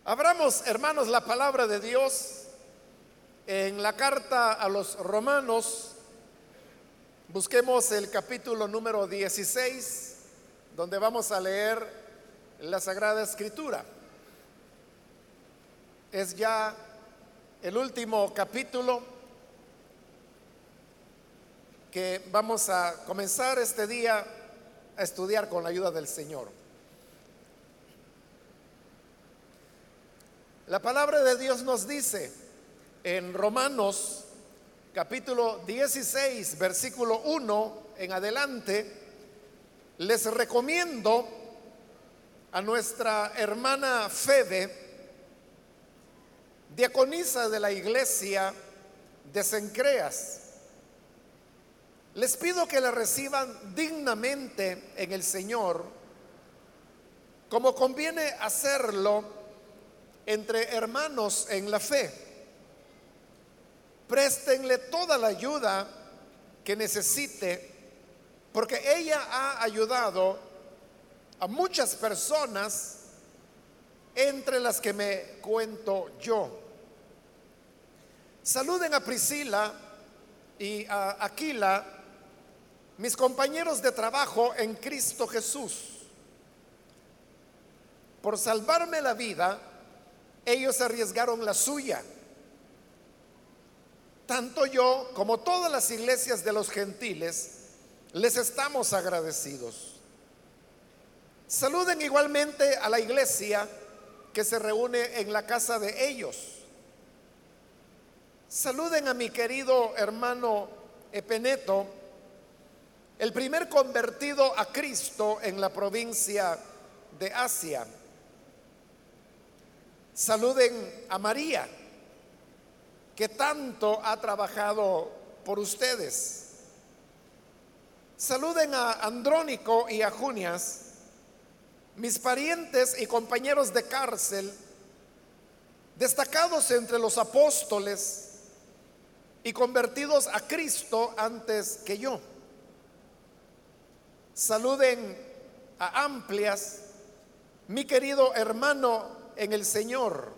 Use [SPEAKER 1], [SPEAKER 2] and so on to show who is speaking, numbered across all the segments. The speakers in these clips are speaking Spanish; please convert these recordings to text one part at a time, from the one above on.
[SPEAKER 1] Abramos, hermanos, la palabra de Dios en la carta a los Romanos. Busquemos el capítulo número 16, donde vamos a leer la Sagrada Escritura. Es ya el último capítulo que vamos a comenzar este día a estudiar con la ayuda del Señor. La palabra de Dios nos dice en Romanos capítulo 16, versículo 1 en adelante: les recomiendo a nuestra hermana Febe, diaconisa de la iglesia de Cencreas. Les pido que la reciban dignamente en el Señor, como conviene hacerlo entre hermanos en la fe. Préstenle toda la ayuda que necesite, porque ella ha ayudado a muchas personas, entre las que me cuento yo. Saluden a Priscila y a Aquila, mis compañeros de trabajo en Cristo Jesús. Por salvarme la vida, ellos arriesgaron la suya. Tanto yo como todas las iglesias de los gentiles les estamos agradecidos. Saluden igualmente a la iglesia que se reúne en la casa de ellos. Saluden a mi querido hermano Epeneto, el primer convertido a Cristo en la provincia de Asia. Saluden a María, que tanto ha trabajado por ustedes. Saluden a Andrónico y a Junias, mis parientes y compañeros de cárcel, destacados entre los apóstoles y convertidos a Cristo antes que yo. Saluden a Amplias, mi querido hermano en el Señor.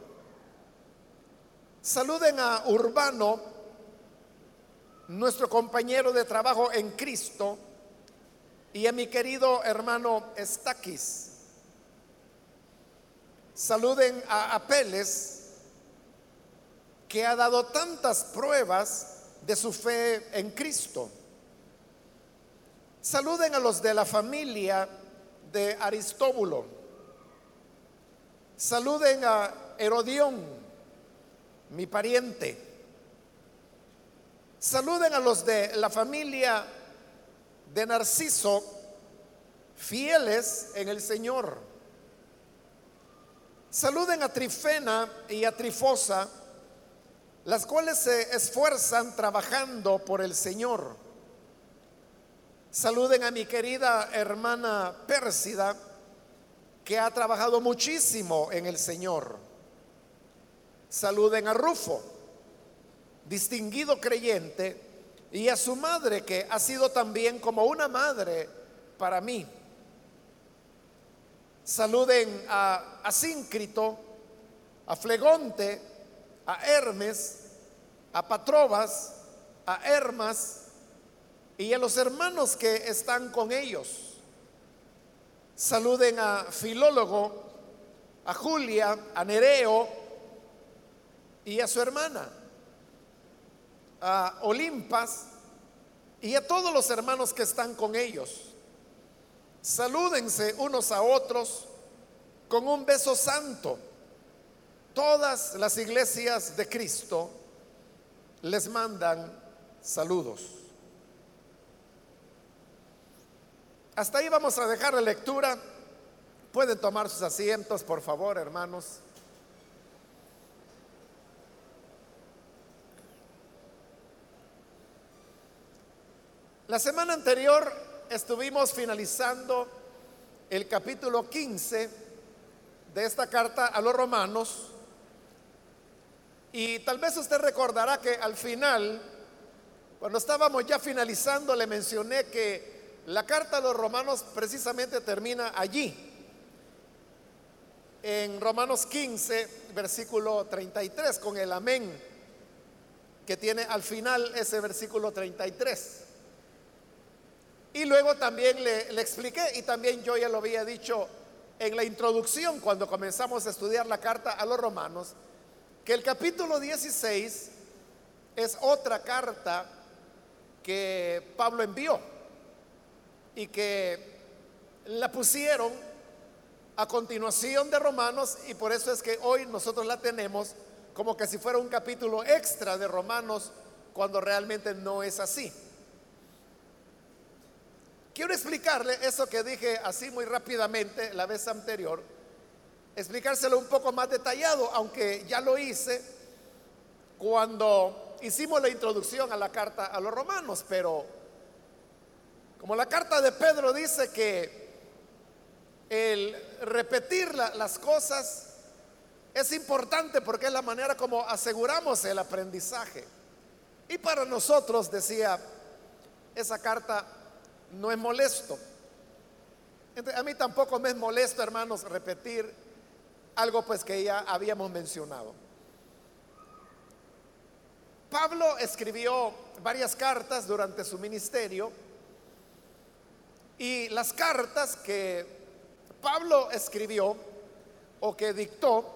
[SPEAKER 1] Saluden a Urbano, nuestro compañero de trabajo en Cristo, y a mi querido hermano Estaquis. Saluden a Apeles, que ha dado tantas pruebas de su fe en Cristo. Saluden a los de la familia de Aristóbulo. Saluden a Herodión, mi pariente. Saluden a los de la familia de Narciso, fieles en el Señor. Saluden a Trifena y a Trifosa, las cuales se esfuerzan trabajando por el Señor. Saluden a mi querida hermana Pérsida, que ha trabajado muchísimo en el Señor. Saluden a Rufo, distinguido creyente, y a su madre, que ha sido también como una madre para mí. Saluden a Asíncrito, a Flegonte, a Hermes, a Patrobas, a Hermas y a los hermanos que están con ellos. Saluden a Filólogo, a Julia, a Nereo y a su hermana, a Olimpas y a todos los hermanos que están con ellos. Salúdense unos a otros con un beso santo. Todas las iglesias de Cristo les mandan saludos. Hasta ahí vamos a dejar la lectura. Pueden tomar sus asientos, por favor, hermanos. La semana anterior estuvimos finalizando el capítulo 15 de esta carta a los Romanos, y tal vez usted recordará que al final, cuando estábamos ya finalizando, le mencioné que la carta a los Romanos precisamente termina allí. en Romanos 15, versículo 33, con el amén que tiene al final ese versículo 33. Y luego también le expliqué, y también yo ya lo había dicho en la introducción cuando comenzamos a estudiar la carta a los romanos, que el capítulo 16 es otra carta que Pablo envió y que la pusieron a continuación de Romanos, y por eso es que hoy nosotros la tenemos como que si fuera un capítulo extra de Romanos, cuando realmente no es así. Quiero explicarle eso que dije así muy rápidamente la vez anterior, explicárselo un poco más detallado, aunque ya lo hice cuando hicimos la introducción a la carta a los romanos. Pero como la carta de Pedro dice que el repetir las cosas es importante porque es la manera como aseguramos el aprendizaje. Y para nosotros, decía, esa carta no es molesto. Entonces, a mí tampoco me es molesto, hermanos, repetir algo pues que ya habíamos mencionado. Pablo escribió varias cartas durante su ministerio, y las cartas que Pablo escribió o que dictó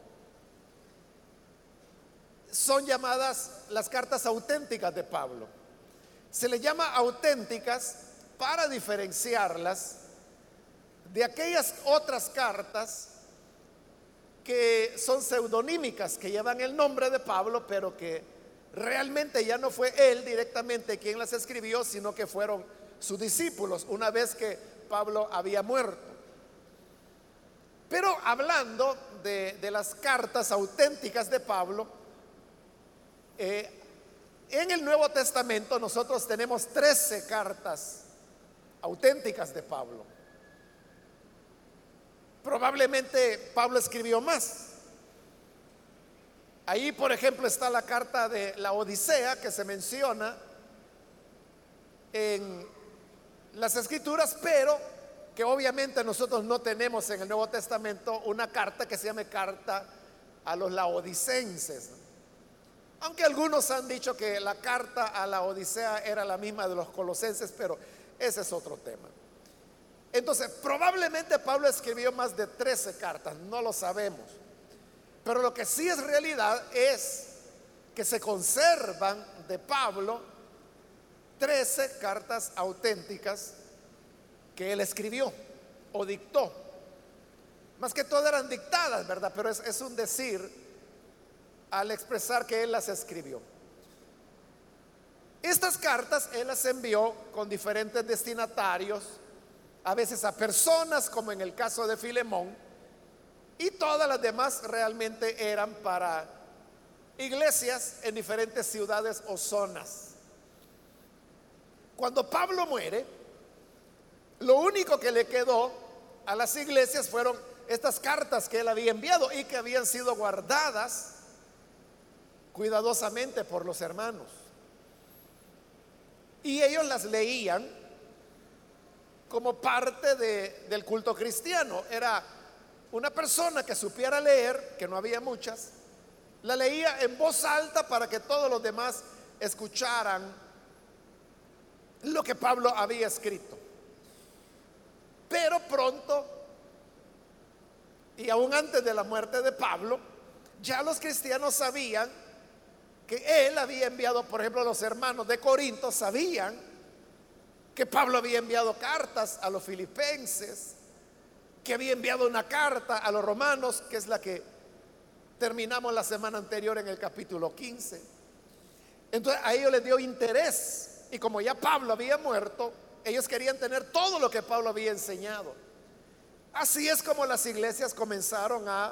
[SPEAKER 1] son llamadas las cartas auténticas de Pablo. Se le llama auténticas para diferenciarlas de aquellas otras cartas que son pseudonímicas, que llevan el nombre de Pablo, pero que realmente ya no fue él directamente quien las escribió, sino que fueron sus discípulos una vez que Pablo había muerto. Pero hablando de las cartas auténticas de Pablo, en el Nuevo Testamento nosotros tenemos 13 cartas auténticas de Pablo. Probablemente Pablo escribió más. Ahí, por ejemplo, está la carta de la Odisea, que se menciona en las Escrituras, pero que obviamente nosotros no tenemos en el Nuevo Testamento una carta que se llame carta a los laodicenses. Aunque algunos han dicho que la carta a la Odisea era la misma de los colosenses, pero ese es otro tema. Entonces, probablemente Pablo escribió más de 13 cartas, no lo sabemos. Pero lo que sí es realidad es que se conservan de Pablo 13 cartas auténticas que él escribió o dictó. Más que todo eran dictadas, ¿verdad? Pero es un decir al expresar que él las escribió. Estas cartas él las envió con diferentes destinatarios, a veces a personas, como en el caso de Filemón, y todas las demás realmente eran para iglesias en diferentes ciudades o zonas. Cuando Pablo muere, lo único que le quedó a las iglesias fueron estas cartas que él había enviado y que habían sido guardadas cuidadosamente por los hermanos. Y ellos las leían como parte del culto cristiano. Era una persona que supiera leer, que no había muchas, la leía en voz alta para que todos los demás escucharan lo que Pablo había escrito. Pero pronto, y aún antes de la muerte de Pablo, ya los cristianos sabían que él había enviado, por ejemplo, a los hermanos de Corinto, sabían que Pablo había enviado cartas a los filipenses, que había enviado una carta a los romanos, que es la que terminamos la semana anterior en el capítulo 15. Entonces a ellos les dio interés, y como ya Pablo había muerto, ellos querían tener todo lo que Pablo había enseñado. Así es como las iglesias comenzaron a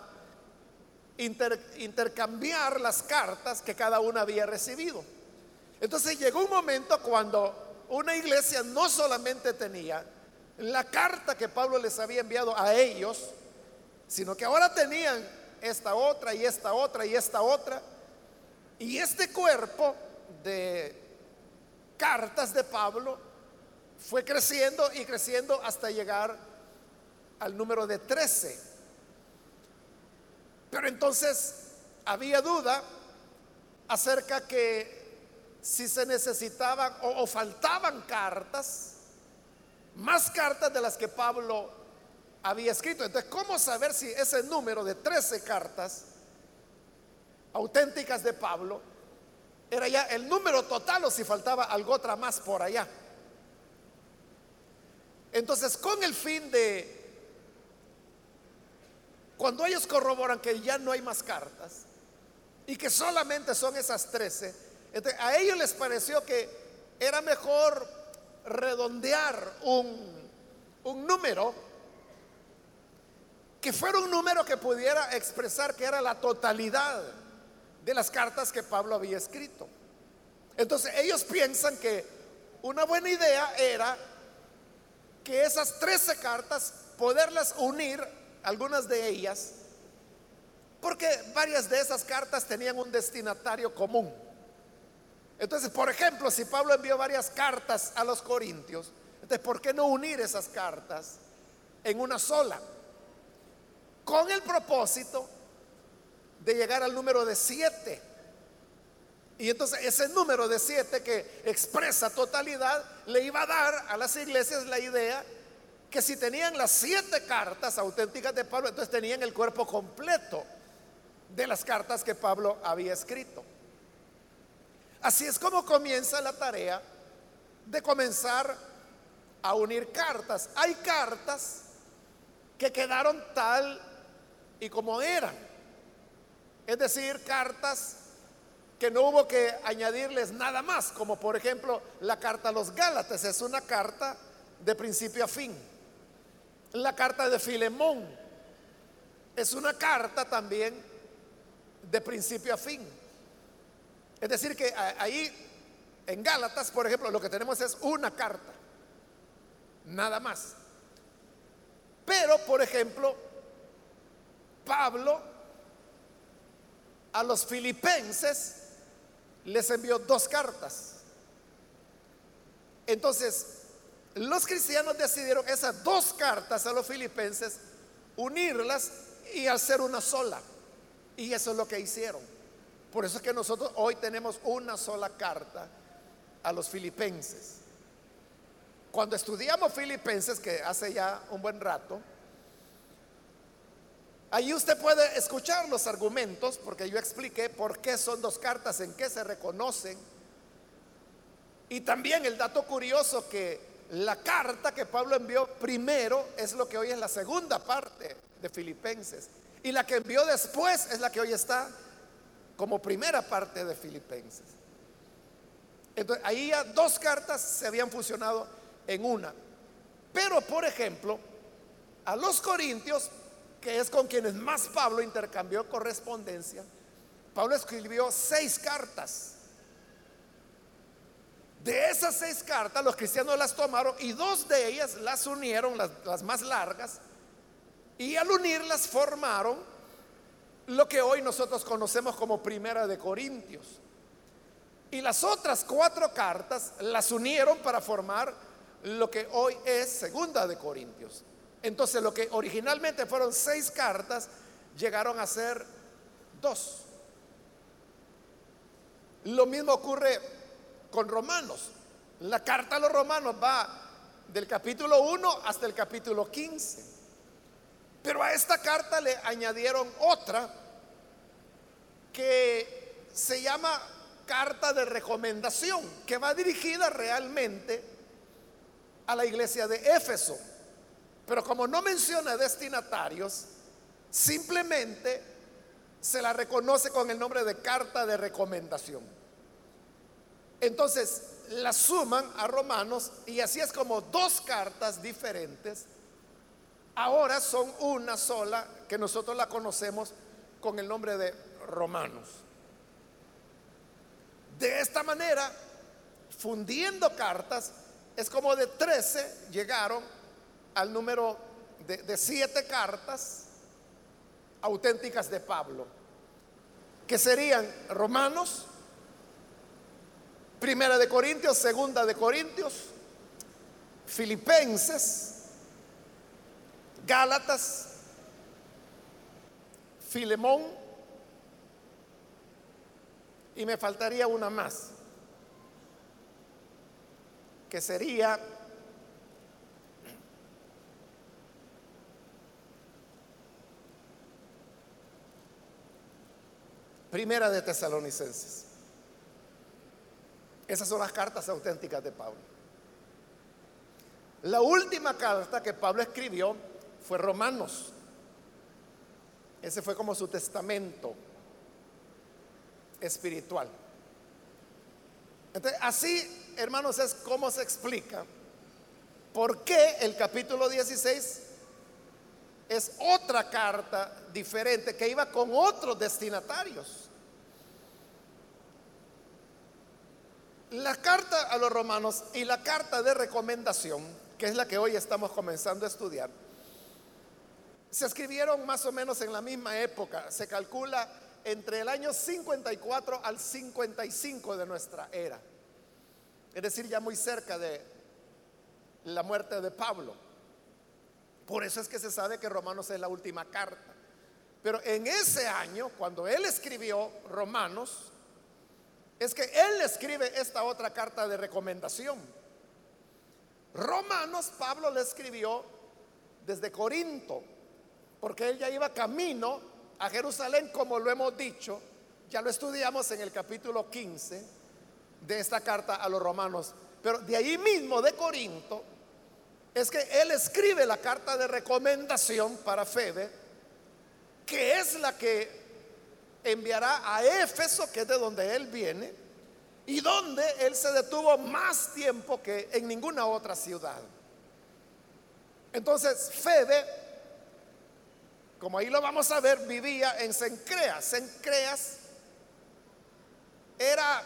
[SPEAKER 1] intercambiar las cartas que cada una había recibido. Entonces llegó un momento cuando una iglesia no solamente tenía la carta que Pablo les había enviado a ellos, sino que ahora tenían esta otra y esta otra y esta otra, y este cuerpo de cartas de Pablo fue creciendo y creciendo hasta llegar al número de 13. Pero entonces había duda acerca que si se necesitaban o faltaban cartas, más cartas de las que Pablo había escrito. Entonces, ¿cómo saber si ese número de 13 cartas auténticas de Pablo era ya el número total o si faltaba algo otra más por allá? Entonces, con el fin de, cuando ellos corroboran que ya no hay más cartas y que solamente son esas 13, entonces a ellos les pareció que era mejor redondear un número que fuera un número que pudiera expresar que era la totalidad de las cartas que Pablo había escrito. Entonces ellos piensan que una buena idea era que esas 13 cartas poderlas unir, algunas de ellas, porque varias de esas cartas tenían un destinatario común. Entonces, por ejemplo, si Pablo envió varias cartas a los corintios, entonces ¿por qué no unir esas cartas en una sola? Con el propósito de llegar al número de 7. Y entonces ese número de 7 que expresa totalidad le iba a dar a las iglesias la idea que si tenían las 7 cartas auténticas de Pablo, entonces tenían el cuerpo completo de las cartas que Pablo había escrito. Así es como comienza la tarea de comenzar a unir cartas. Hay cartas que quedaron tal y como eran, es decir, cartas que no hubo que añadirles nada más, como por ejemplo la carta a los Gálatas, es una carta de principio a fin. La carta de Filemón es una carta también de principio a fin. Es decir que ahí en Gálatas, por ejemplo, lo que tenemos es una carta, nada más. Pero, por ejemplo, Pablo a los filipenses les envió 2 cartas. Entonces, los cristianos decidieron esas 2 cartas a los filipenses unirlas y hacer una sola. Y eso es lo que hicieron. Por eso es que nosotros hoy tenemos una sola carta a los filipenses. Cuando estudiamos Filipenses, que hace ya un buen rato, ahí usted puede escuchar los argumentos, porque yo expliqué por qué son 2 cartas, en qué se reconocen. Y también el dato curioso que la carta que Pablo envió primero es lo que hoy es la segunda parte de Filipenses. Y la que envió después es la que hoy está como primera parte de Filipenses. Entonces ahí ya 2 cartas se habían fusionado en una. Pero por ejemplo, a los corintios, que es con quienes más Pablo intercambió correspondencia, Pablo escribió 6 cartas. De esas 6 cartas los cristianos las tomaron y 2 de ellas las unieron, las más largas, y al unirlas formaron lo que hoy nosotros conocemos como Primera de Corintios. Y las otras 4 cartas las unieron para formar lo que hoy es Segunda de Corintios. Entonces lo que originalmente fueron 6 cartas llegaron a ser 2. Lo mismo ocurre con Romanos. La carta a los Romanos va del capítulo 1 hasta el capítulo 15. Pero a esta carta le añadieron otra que se llama carta de recomendación, que va dirigida realmente a la iglesia de Éfeso. Pero como no menciona destinatarios, simplemente se la reconoce con el nombre de carta de recomendación. Entonces la suman a Romanos y así es como 2 cartas diferentes ahora son una sola, que nosotros la conocemos con el nombre de Romanos. De esta manera, fundiendo cartas, es como de 13 llegaron al número de 7 cartas auténticas de Pablo, que serían Romanos, Primera de Corintios, Segunda de Corintios, Filipenses, Gálatas, Filemón, y me faltaría una más, que sería Primera de Tesalonicenses. Esas son las cartas auténticas de Pablo. La última carta que Pablo escribió fue Romanos. Ese fue como su testamento espiritual. Entonces, así, hermanos, es como se explica por qué el capítulo 16 es otra carta diferente que iba con otros destinatarios. La carta a los romanos y la carta de recomendación, que es la que hoy estamos comenzando a estudiar, se escribieron más o menos en la misma época. Se calcula entre el año 54 al 55 de nuestra era, es decir, ya muy cerca de la muerte de Pablo. Por eso es que se sabe que Romanos es la última carta. Pero en ese año, cuando él escribió Romanos, es que él escribe esta otra carta de recomendación. Romanos, Pablo le escribió desde Corinto, porque él ya iba camino a Jerusalén, como lo hemos dicho, ya lo estudiamos en el capítulo 15 de esta carta a los romanos. Pero de ahí mismo, de Corinto, es que él escribe la carta de recomendación para Febe, que es la que enviará a Éfeso, que es de donde él viene, y donde él se detuvo más tiempo que en ninguna otra ciudad. Entonces Febe, como ahí lo vamos a ver, vivía en Cencreas. Cencreas era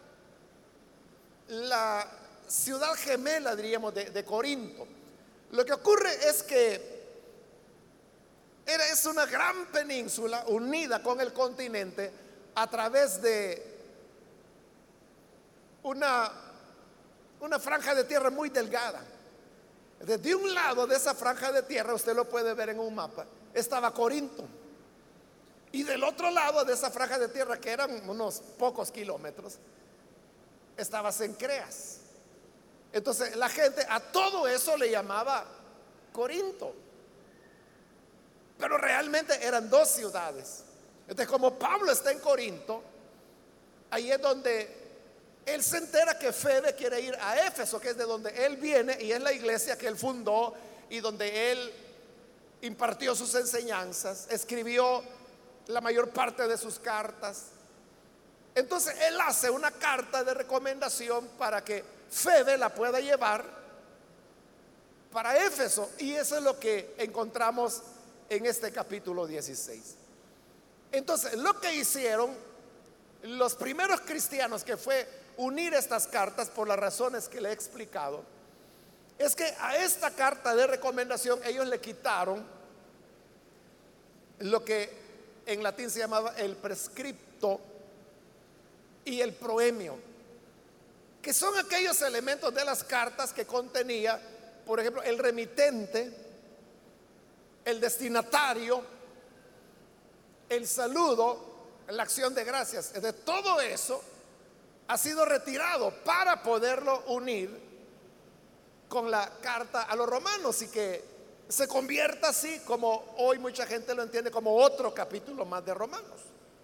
[SPEAKER 1] la ciudad gemela, diríamos, de Corinto. Lo que ocurre es que es una gran península unida con el continente a través de una franja de tierra muy delgada. Desde un lado de esa franja de tierra, usted lo puede ver en un mapa, estaba Corinto, y del otro lado de esa franja de tierra, que eran unos pocos kilómetros, estaba Cencreas. Entonces la gente a todo eso le llamaba Corinto, pero realmente eran dos ciudades. Entonces, como Pablo está en Corinto, ahí es donde él se entera que Febe quiere ir a Éfeso, que es de donde él viene y es la iglesia que él fundó y donde él impartió sus enseñanzas, escribió la mayor parte de sus cartas. Entonces él hace una carta de recomendación para que Febe la pueda llevar para Éfeso, y eso es lo que encontramos en este capítulo 16. Entonces, lo que hicieron los primeros cristianos, que fue unir estas cartas por las razones que le he explicado, es que a esta carta de recomendación ellos le quitaron lo que en latín se llamaba el prescripto y el proemio, que son aquellos elementos de las cartas que contenía, por ejemplo, el remitente, el destinatario, el saludo, la acción de gracias. De todo eso ha sido retirado para poderlo unir con la carta a los romanos, y que se convierta así, como hoy mucha gente lo entiende, como otro capítulo más de Romanos.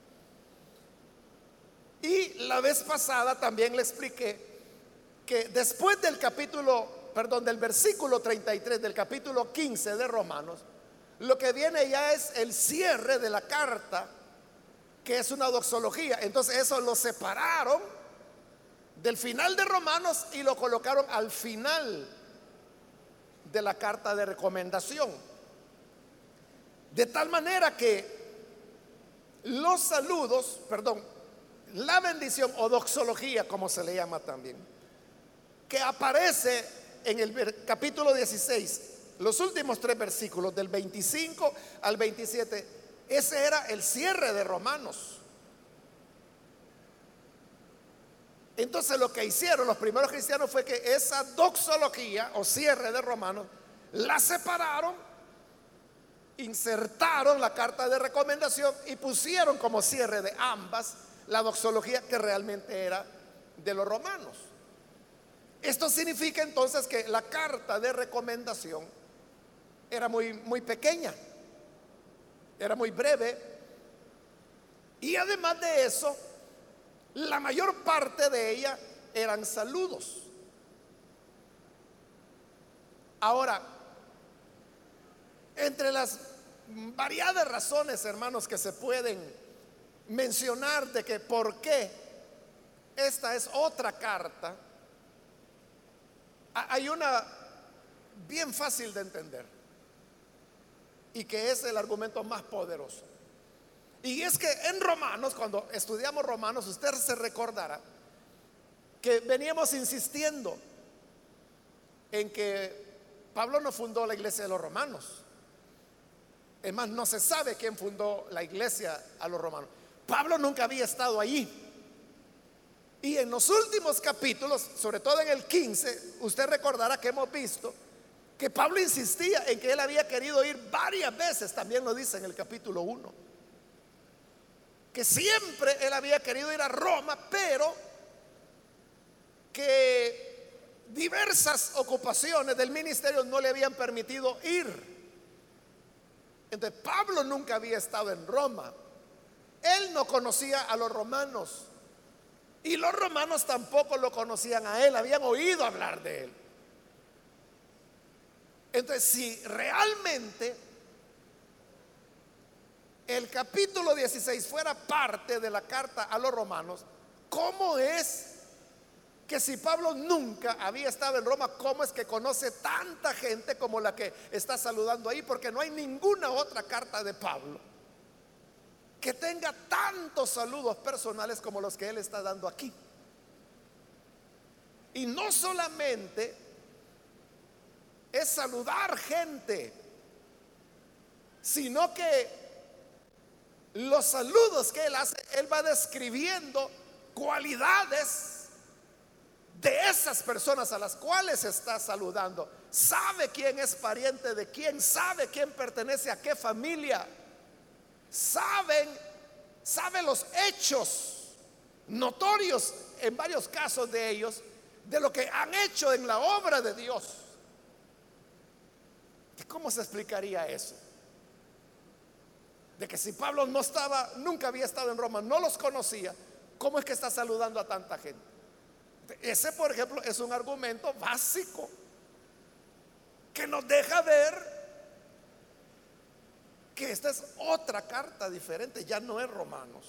[SPEAKER 1] Y la vez pasada también le expliqué que después del del versículo 33 del capítulo 15 de Romanos, lo que viene ya es el cierre de la carta, que es una doxología. Entonces eso lo separaron del final de Romanos y lo colocaron al final de la carta de recomendación, de tal manera que los saludos, la bendición o doxología, como se le llama también, que aparece en el capítulo 16, los últimos 3 versículos del 25 al 27, ese era el cierre de Romanos. Entonces lo que hicieron los primeros cristianos fue que esa doxología o cierre de Romanos la separaron insertaron la carta de recomendación y pusieron como cierre de ambas la doxología que realmente era de los romanos. Esto significa entonces que la carta de recomendación era muy pequeña, era muy breve, y además de eso, la mayor parte de ella eran saludos. Ahora, entre las variadas razones, hermanos, que se pueden mencionar de que por qué esta es otra carta, hay una bien fácil de entender y que es el argumento más poderoso. Y es que en Romanos, cuando estudiamos Romanos, usted se recordará que veníamos insistiendo en que Pablo no fundó la iglesia de los romanos. Es más, no se sabe quién fundó la iglesia a los romanos. Pablo nunca había estado allí. Y en los últimos capítulos, sobre todo en el 15, usted recordará que hemos visto que Pablo insistía en que él había querido ir varias veces, también lo dice en el capítulo 1, que siempre él había querido ir a Roma, pero que diversas ocupaciones del ministerio no le habían permitido ir. Entonces Pablo nunca había estado en Roma, él no conocía a los romanos y los romanos tampoco lo conocían a él, habían oído hablar de él. Entonces, si realmente el capítulo 16 fuera parte de la carta a los romanos, ¿cómo es que si Pablo nunca había estado en Roma, cómo es que conoce tanta gente como la que está saludando ahí? Porque no hay ninguna otra carta de Pablo que tenga tantos saludos personales como los que él está dando aquí. Y no solamente es saludar gente, sino que los saludos que él hace, él va describiendo cualidades de esas personas a las cuales está saludando. Sabe quién es pariente de quién, sabe quién pertenece a qué familia, sabe los hechos notorios en varios casos de ellos, de lo que han hecho en la obra de Dios. ¿Cómo se explicaría eso? De que si Pablo nunca había estado en Roma, no los conocía, ¿cómo es que está saludando a tanta gente? Ese, por ejemplo, es un argumento básico que nos deja ver que esta es otra carta diferente, ya no es Romanos.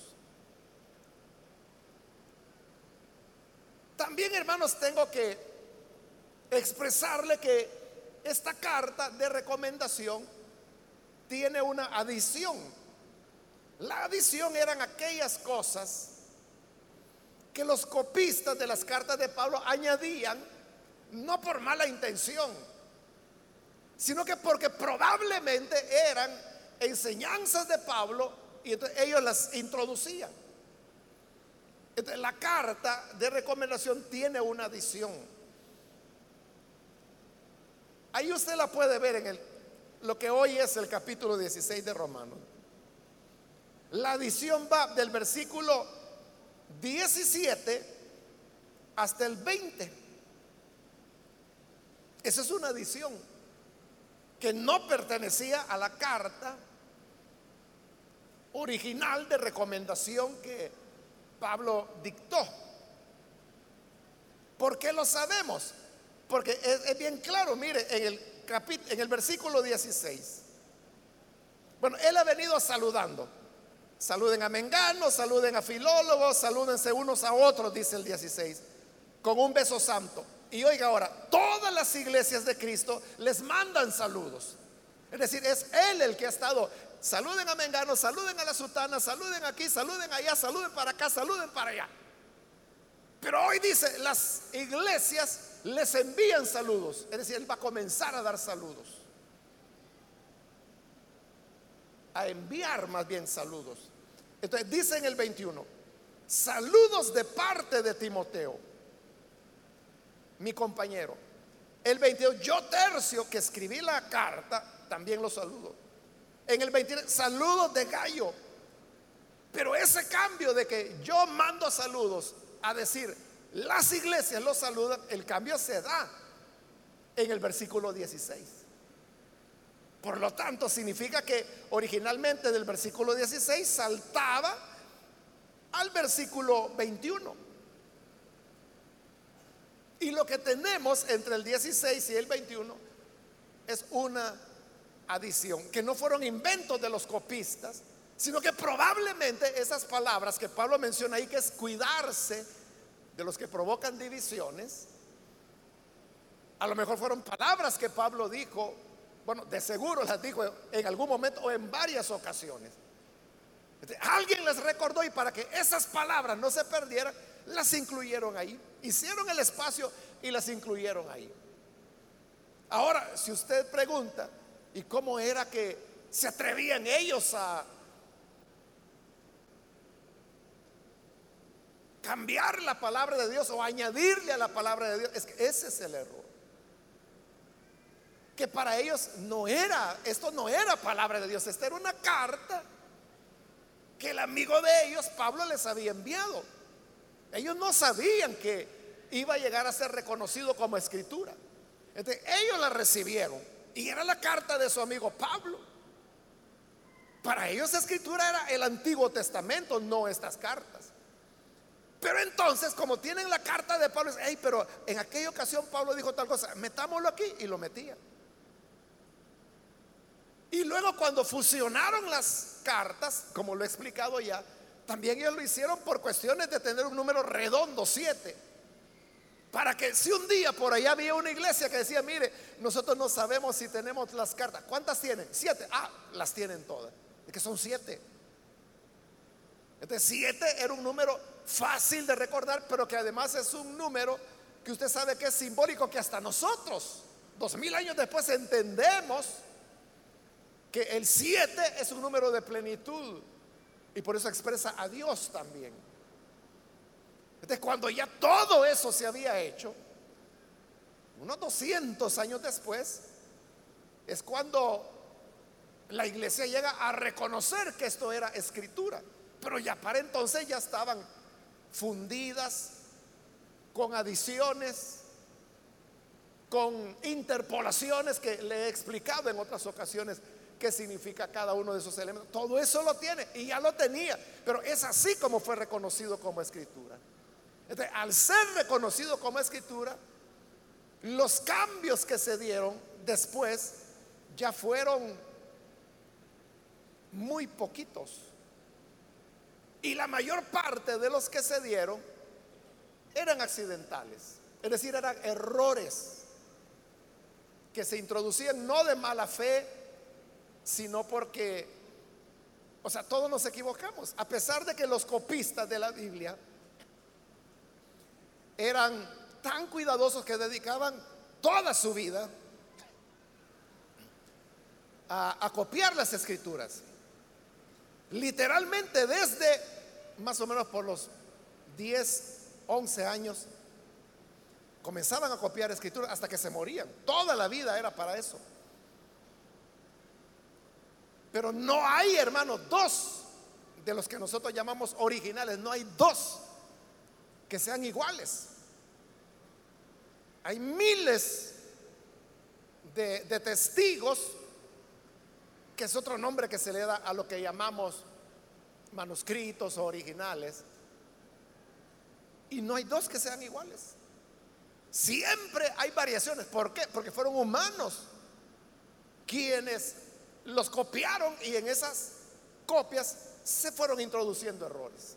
[SPEAKER 1] También, hermanos, tengo que expresarle que esta carta de recomendación tiene una adición. La adición eran aquellas cosas que los copistas de las cartas de Pablo añadían, no por mala intención, sino que porque probablemente eran enseñanzas de Pablo y entonces ellos las introducían. Entonces la carta de recomendación tiene una adición. Ahí usted la puede ver en lo que hoy es el capítulo 16 de Romanos. La adición va del versículo 17 hasta el 20. Esa es una adición que no pertenecía a la carta original de recomendación que Pablo dictó. ¿Por qué lo sabemos? Porque es bien claro, mire, en el versículo 16. Bueno, él ha venido saludando. Saluden a Mengano, saluden a Filólogo, salúdense unos a otros, dice el 16, con un beso santo. Y oiga ahora, todas las iglesias de Cristo les mandan saludos. Es decir, es él el que ha estado, saluden a Mengano, saluden a la sutana, saluden aquí, saluden allá, saluden para acá, saluden para allá. Pero hoy dice, las iglesias les envían saludos. Es decir, él va a comenzar a dar saludos, a enviar más bien saludos. Entonces dice en el 21, saludos de parte de Timoteo, mi compañero. El 22, yo Tercio, que escribí la carta, también lo saludo. en el 29, saludos de Gallo. Pero ese cambio de que yo mando saludos a decir las iglesias los saludan, el cambio se da en el versículo 16. Por lo tanto, significa que originalmente del versículo 16 saltaba al versículo 21. Y lo que tenemos entre el 16 y el 21 es una adición, que no fueron inventos de los copistas, sino que probablemente esas palabras que Pablo menciona ahí, que es cuidarse de los que provocan divisiones, a lo mejor fueron palabras que Pablo dijo, bueno, de seguro las dijo en algún momento o en varias ocasiones. Alguien les recordó, y para que esas palabras no se perdieran, las incluyeron ahí, hicieron el espacio y las incluyeron ahí. Ahora, si usted pregunta, ¿y cómo era que se atrevían ellos a cambiar la palabra de Dios o añadirle a la palabra de Dios? Es que ese es el error. Que para ellos esto no era palabra de Dios, esta era una carta que el amigo de ellos, Pablo, les había enviado. Ellos no sabían que iba a llegar a ser reconocido como escritura. Entonces, ellos la recibieron y era la carta de su amigo Pablo. Para ellos escritura era el Antiguo Testamento, no estas cartas. Pero entonces, como tienen la carta de Pablo, hey, pero en aquella ocasión Pablo dijo tal cosa, metámoslo aquí, y lo metían. Y luego, cuando fusionaron las cartas, como lo he explicado ya, también ellos lo hicieron por cuestiones de tener un número redondo, 7, para que si un día por allá había una iglesia que decía, mire, nosotros no sabemos si tenemos las cartas, ¿cuántas tienen? 7. Las tienen todas, de que son 7. Entonces 7 era un número fácil de recordar, pero que además es un número que usted sabe que es simbólico, que hasta nosotros 2000 años después entendemos que el 7 es un número de plenitud, y por eso expresa a Dios también. Entonces, cuando ya todo eso se había hecho, unos 200 años después, es cuando la iglesia llega a reconocer que esto era escritura. Pero ya para entonces ya estaban fundidas con adiciones, con interpolaciones, que le he explicado en otras ocasiones qué significa cada uno de esos elementos. Todo eso lo tiene y ya lo tenía, pero es así como fue reconocido como escritura. Entonces, al ser reconocido como escritura, los cambios que se dieron después ya fueron muy poquitos, y la mayor parte de los que se dieron eran accidentales, es decir, eran errores que se introducían no de mala fe, sino porque, o sea, todos nos equivocamos, a pesar de que los copistas de la Biblia eran tan cuidadosos que dedicaban toda su vida a copiar las escrituras. Literalmente desde más o menos por los 10, 11 años comenzaban a copiar escrituras hasta que se morían. Toda la vida era para eso. Pero no hay, hermanos, dos de los que nosotros llamamos originales, no hay dos que sean iguales. Hay miles de testigos, que es otro nombre que se le da a lo que llamamos manuscritos o originales, y no hay dos que sean iguales. Siempre hay variaciones. ¿Por qué? Porque fueron humanos quienes los copiaron, y en esas copias se fueron introduciendo errores.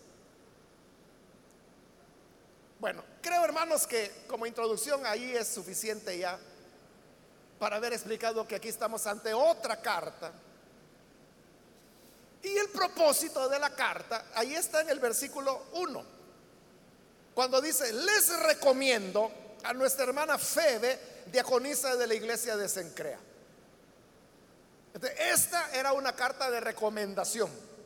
[SPEAKER 1] Bueno, creo, hermanos, que como introducción ahí es suficiente ya para haber explicado que aquí estamos ante otra carta. Y el propósito de la carta, ahí está en el versículo 1, cuando dice: les recomiendo a nuestra hermana Febe, diaconisa de la iglesia de Cencrea. Entonces, esta era una carta de recomendación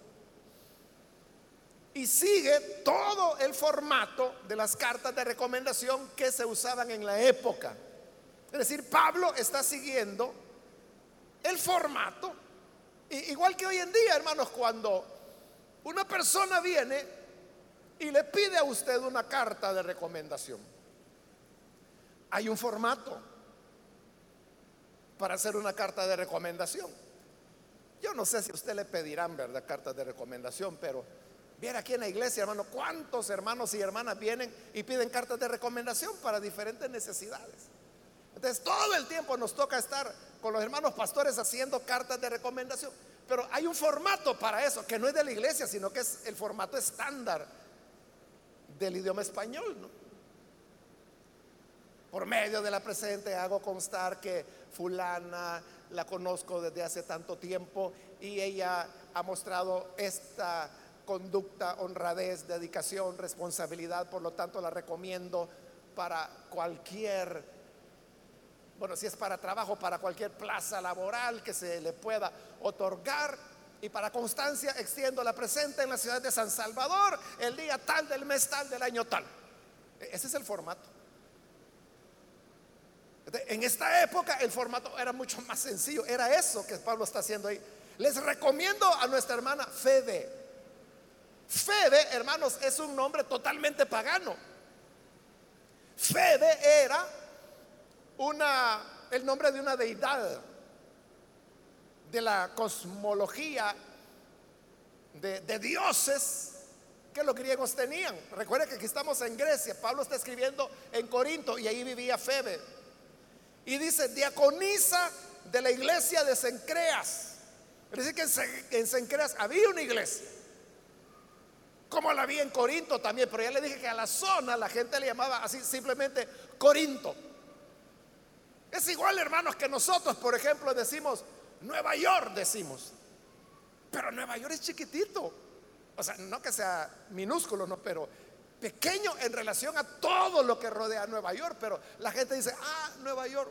[SPEAKER 1] y sigue todo el formato de las cartas de recomendación que se usaban en la época. Es decir, Pablo está siguiendo el formato Igual que hoy en día, hermanos, cuando una persona viene y le pide a usted una carta de recomendación, hay un formato para hacer una carta de recomendación. Yo no sé si a usted le pedirán, ¿verdad?, cartas de recomendación, pero viera aquí en la iglesia, hermano, cuántos hermanos y hermanas vienen y piden cartas de recomendación para diferentes necesidades. Entonces todo el tiempo nos toca estar con los hermanos pastores haciendo cartas de recomendación. Pero hay un formato para eso, que no es de la iglesia, sino que es el formato estándar del idioma español, ¿no? Por medio de la presente hago constar que fulana la conozco desde hace tanto tiempo y ella ha mostrado esta conducta, honradez, dedicación, responsabilidad, por lo tanto la recomiendo para cualquier, bueno, si es para trabajo, para cualquier plaza laboral que se le pueda otorgar. Y para constancia extiendo la presente en la ciudad de San Salvador el día tal del mes tal del año tal. Ese es el formato. En esta época el formato era mucho más sencillo. Era eso que Pablo está haciendo ahí. Les recomiendo a nuestra hermana Febe. Febe, hermanos, es un nombre totalmente pagano. Febe era el nombre de una deidad de la cosmología de dioses que los griegos tenían. Recuerden que aquí estamos en Grecia, Pablo está escribiendo en Corinto y ahí vivía Febe. Y dice diaconisa de la iglesia de Cencreas. Es decir, que en Cencreas había una iglesia, como la había en Corinto también, pero ya le dije que a la zona la gente le llamaba así simplemente Corinto. Es igual, hermanos, que nosotros, por ejemplo, decimos Nueva York, decimos, pero Nueva York es chiquitito, o sea, no que sea minúsculo, no, pero pequeño en relación a todo lo que rodea a Nueva York. Pero la gente dice, Nueva York,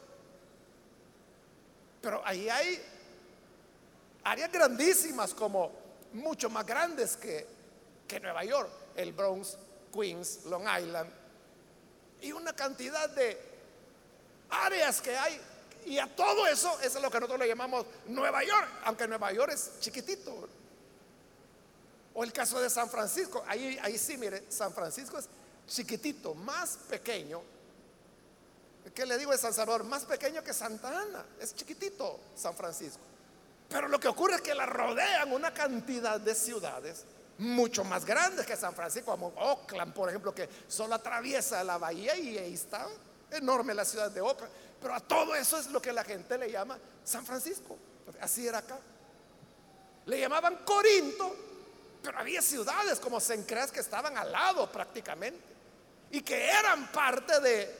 [SPEAKER 1] pero ahí hay áreas grandísimas, como mucho más grandes que Nueva York, el Bronx, Queens, Long Island y una cantidad de áreas que hay. Y a todo eso es lo que nosotros le llamamos Nueva York, aunque Nueva York es chiquitito. O el caso de San Francisco, ahí sí, mire, San Francisco es chiquitito, más pequeño. ¿Qué le digo de San Salvador? Más pequeño que Santa Ana, es chiquitito San Francisco. Pero lo que ocurre es que la rodean una cantidad de ciudades mucho más grandes que San Francisco, como Oakland, por ejemplo, que solo atraviesa la bahía y ahí está enorme la ciudad de Oakland. Pero a todo eso es lo que la gente le llama San Francisco. Así era acá. Le llamaban Corinto, pero había ciudades como Cencreas que estaban al lado prácticamente y que eran parte de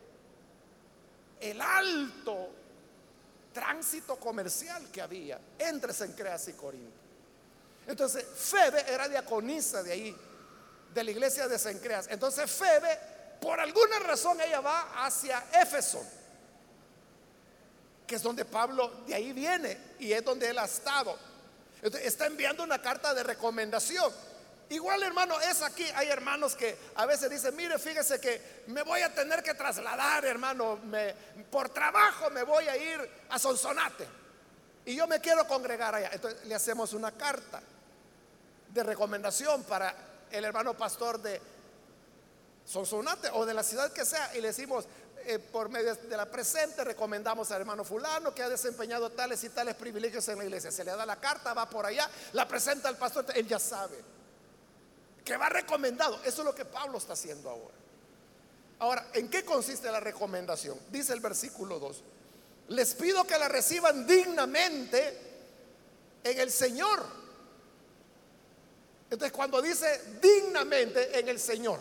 [SPEAKER 1] el alto tránsito comercial que había entre Cencreas y Corinto. Entonces Febe era diaconisa de ahí, de la iglesia de Cencreas. Entonces Febe, por alguna razón, ella va hacia Éfeso, que es donde Pablo de ahí viene y es donde él ha estado. Entonces, está enviando una carta de recomendación. Igual, hermano, es aquí. Hay hermanos que a veces dicen, mire, fíjese que me voy a tener que trasladar, hermano, por trabajo me voy a ir a Sonsonate y yo me quiero congregar allá. Entonces le hacemos una carta de recomendación para el hermano pastor de Sonsonate o de la ciudad que sea, y le decimos, por medio de la presente recomendamos al hermano fulano que ha desempeñado tales y tales privilegios en la iglesia. Se le da la carta, va por allá, la presenta al pastor, él ya sabe que va recomendado. Eso es lo que Pablo está haciendo ahora. Ahora, ¿en qué consiste la recomendación? Dice el versículo 2: les pido que la reciban dignamente en el Señor. Entonces, cuando dice dignamente en el Señor,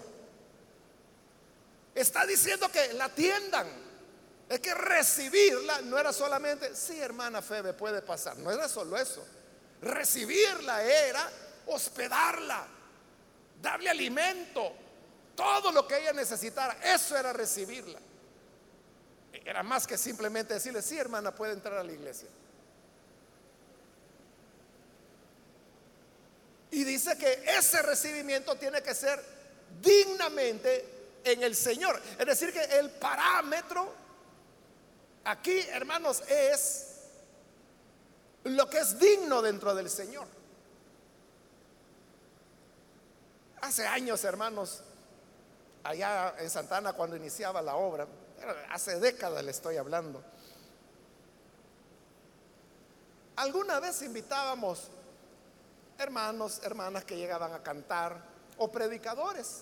[SPEAKER 1] está diciendo que la atiendan. Es que recibirla no era solamente, sí, hermana Febe, puede pasar. No era solo eso. Recibirla era hospedarla, darle alimento, todo lo que ella necesitara. Eso era recibirla. Era más que simplemente decirle, sí, hermana, puede entrar a la iglesia. Y dice que ese recibimiento tiene que ser dignamente en el Señor. Es decir, que el parámetro aquí, hermanos, es lo que es digno dentro del Señor. Hace años, hermanos, allá en Santa Ana, cuando iniciaba la obra, hace décadas le estoy hablando, alguna vez invitábamos hermanos, hermanas que llegaban a cantar o predicadores.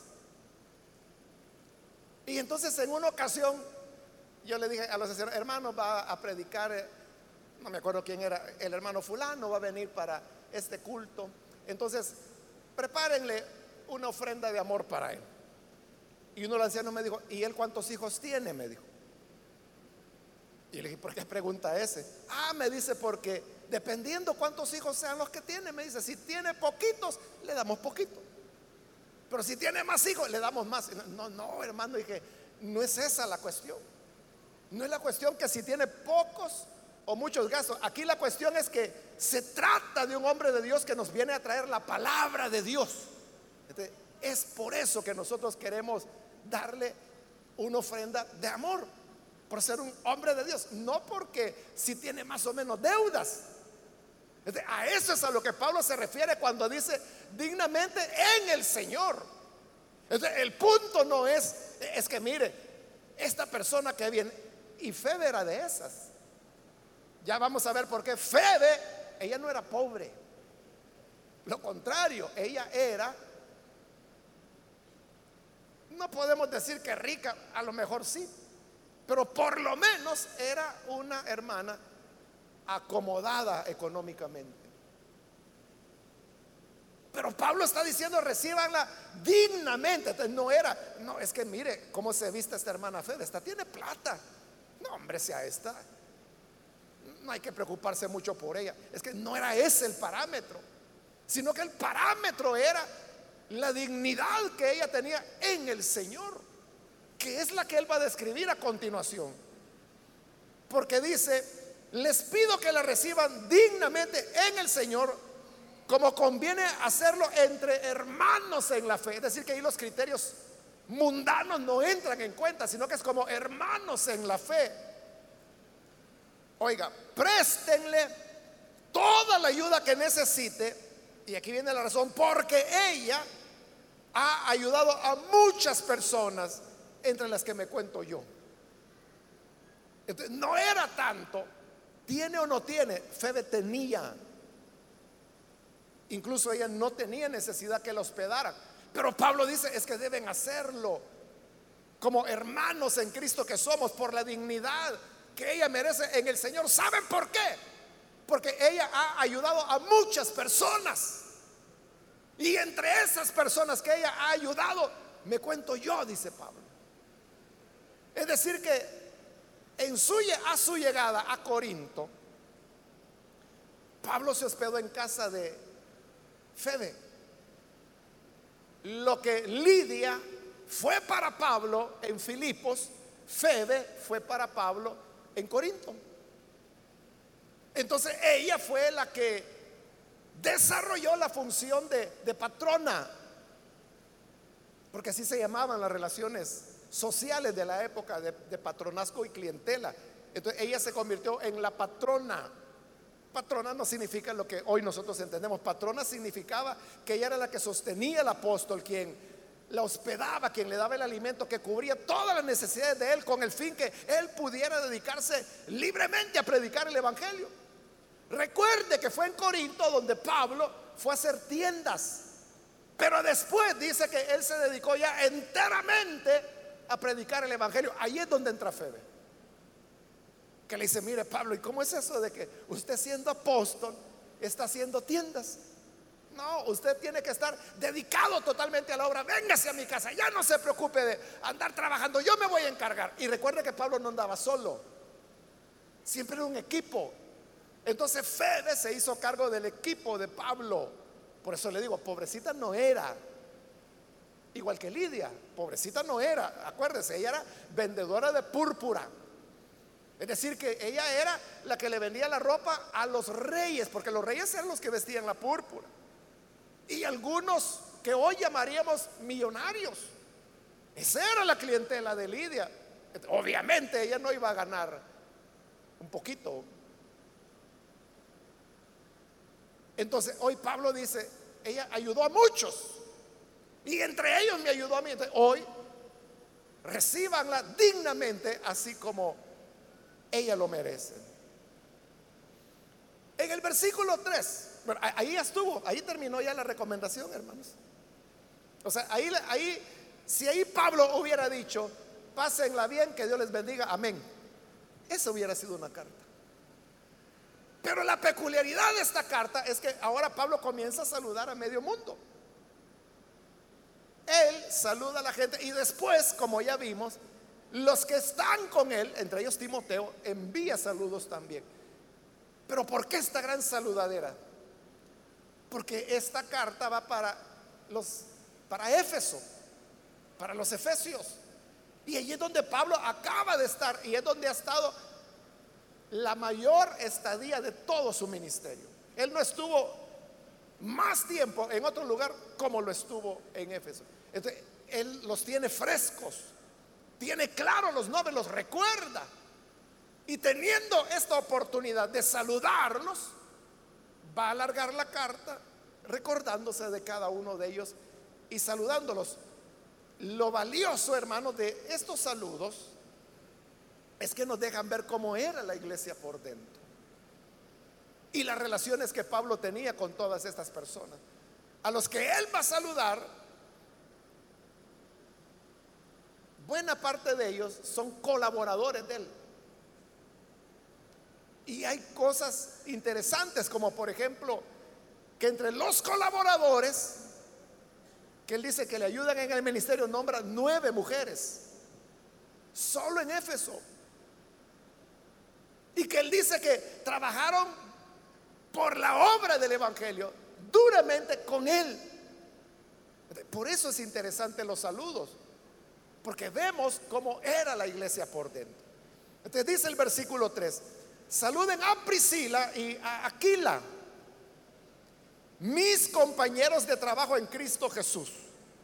[SPEAKER 1] Y entonces en una ocasión yo le dije a los hermanos, va a predicar, no me acuerdo quién era, el hermano fulano va a venir para este culto. Entonces prepárenle una ofrenda de amor para él. Y uno de los ancianos me dijo, ¿y él cuántos hijos tiene? Me dijo. Y le dije, ¿por qué pregunta ese? Me dice, porque dependiendo cuántos hijos sean los que tiene, me dice, si tiene poquitos, le damos poquito. Pero si tiene más hijos, le damos más. No, hermano, dije, no es esa la cuestión. No es la cuestión que si tiene pocos o muchos gastos. Aquí la cuestión es que se trata de un hombre de Dios que nos viene a traer la palabra de Dios. Entonces, es por eso que nosotros queremos darle una ofrenda de amor, por ser un hombre de Dios, no porque si tiene más o menos deudas. Entonces, a eso es a lo que Pablo se refiere cuando dice dignamente en el Señor. Entonces, el punto no es que mire, esta persona que viene, y Febe era de esas. Ya vamos a ver por qué. Febe, ella no era pobre, lo contrario, ella era, no podemos decir que rica, a lo mejor sí, pero por lo menos era una hermana acomodada económicamente. Pero Pablo está diciendo, recíbanla dignamente. Entonces no, es que mire cómo se viste esta hermana Febe, esta tiene plata. No, hombre, sea esta, no hay que preocuparse mucho por ella. Es que no era ese el parámetro, sino que el parámetro era la dignidad que ella tenía en el Señor, que es la que él va a describir a continuación. Porque dice, les pido que la reciban dignamente en el Señor, como conviene hacerlo entre hermanos en la fe. Es decir, que ahí los criterios mundanos no entran en cuenta, sino que es como hermanos en la fe. Oiga, préstenle toda la ayuda que necesite. Y aquí viene la razón, porque ella ha ayudado a muchas personas, entre las que me cuento yo. Entonces, no era tanto, tiene o no tiene. Febe tenía. Incluso ella no tenía necesidad que la hospedaran. Pero Pablo dice, es que deben hacerlo como hermanos en Cristo que somos, por la dignidad que ella merece en el Señor. ¿Saben por qué? Porque ella ha ayudado a muchas personas. Y entre esas personas que ella ha ayudado, me cuento yo, dice Pablo. Es decir que a su llegada a Corinto, Pablo se hospedó en casa de Febe. Lo que Lidia fue para Pablo en Filipos, Febe fue para Pablo en Corinto. Entonces ella fue la que desarrolló la función de patrona, porque así se llamaban las relaciones sociales de la época, de patronazgo y clientela. Entonces ella se convirtió en la patrona. Patrona no significa lo que hoy nosotros entendemos. Patrona significaba que ella era la que sostenía al apóstol, quien la hospedaba, quien le daba el alimento, que cubría todas las necesidades de él, con el fin que él pudiera dedicarse libremente a predicar el evangelio. Recuerde que fue en Corinto donde Pablo fue a hacer tiendas, pero después dice que él se dedicó ya enteramente a predicar el evangelio. Ahí es donde entra Febe, que le dice, mire Pablo, ¿y cómo es eso de que usted siendo apóstol está haciendo tiendas? No, usted tiene que estar dedicado totalmente a la obra. Véngase a mi casa, ya no se preocupe de andar trabajando, yo me voy a encargar. Y recuerde que Pablo no andaba solo, siempre era un equipo. Entonces Febe se hizo cargo del equipo de Pablo. Por eso le digo, pobrecita no era, igual que Lidia, pobrecita no era. Acuérdese, ella era vendedora de púrpura. Es decir, que ella era la que le vendía la ropa a los reyes, porque los reyes eran los que vestían la púrpura. Y algunos que hoy llamaríamos millonarios. Esa era la clientela de Lidia. Obviamente ella no iba a ganar un poquito. Entonces hoy Pablo dice, ella ayudó a muchos y entre ellos me ayudó a mí. Entonces, hoy recíbanla dignamente, así como ella lo merece. En el versículo 3, bueno, ahí estuvo, ahí terminó ya la recomendación, hermanos. O sea, si ahí Pablo hubiera dicho, pásenla bien, que Dios les bendiga, amén, eso hubiera sido una carta. Pero la peculiaridad de esta carta es que ahora Pablo comienza a saludar a medio mundo. Él saluda a la gente y después, como ya vimos, los que están con él, entre ellos Timoteo, envía saludos también. Pero ¿por qué esta gran saludadera? Porque esta carta va para Éfeso, para los efesios. Y allí es donde Pablo acaba de estar y es donde ha estado la mayor estadía de todo su ministerio. Él no estuvo más tiempo en otro lugar como lo estuvo en Éfeso. Entonces, él los tiene frescos, tiene claro los nombres, los recuerda. Y teniendo esta oportunidad de saludarlos, va a alargar la carta recordándose de cada uno de ellos y saludándolos. Lo valioso, hermanos, de estos saludos es que nos dejan ver cómo era la iglesia por dentro y las relaciones que Pablo tenía con todas estas personas, a los que él va a saludar. Buena parte de ellos son colaboradores de él. Y hay cosas interesantes, como por ejemplo, que entre los colaboradores que él dice que le ayudan en el ministerio, nombra 9 mujeres, solo en Éfeso. Y que él dice que trabajaron por la obra del evangelio duramente con él. Por eso es interesante los saludos, porque vemos cómo era la iglesia por dentro. Entonces dice el versículo 3: saluden a Priscila y a Aquila, mis compañeros de trabajo en Cristo Jesús.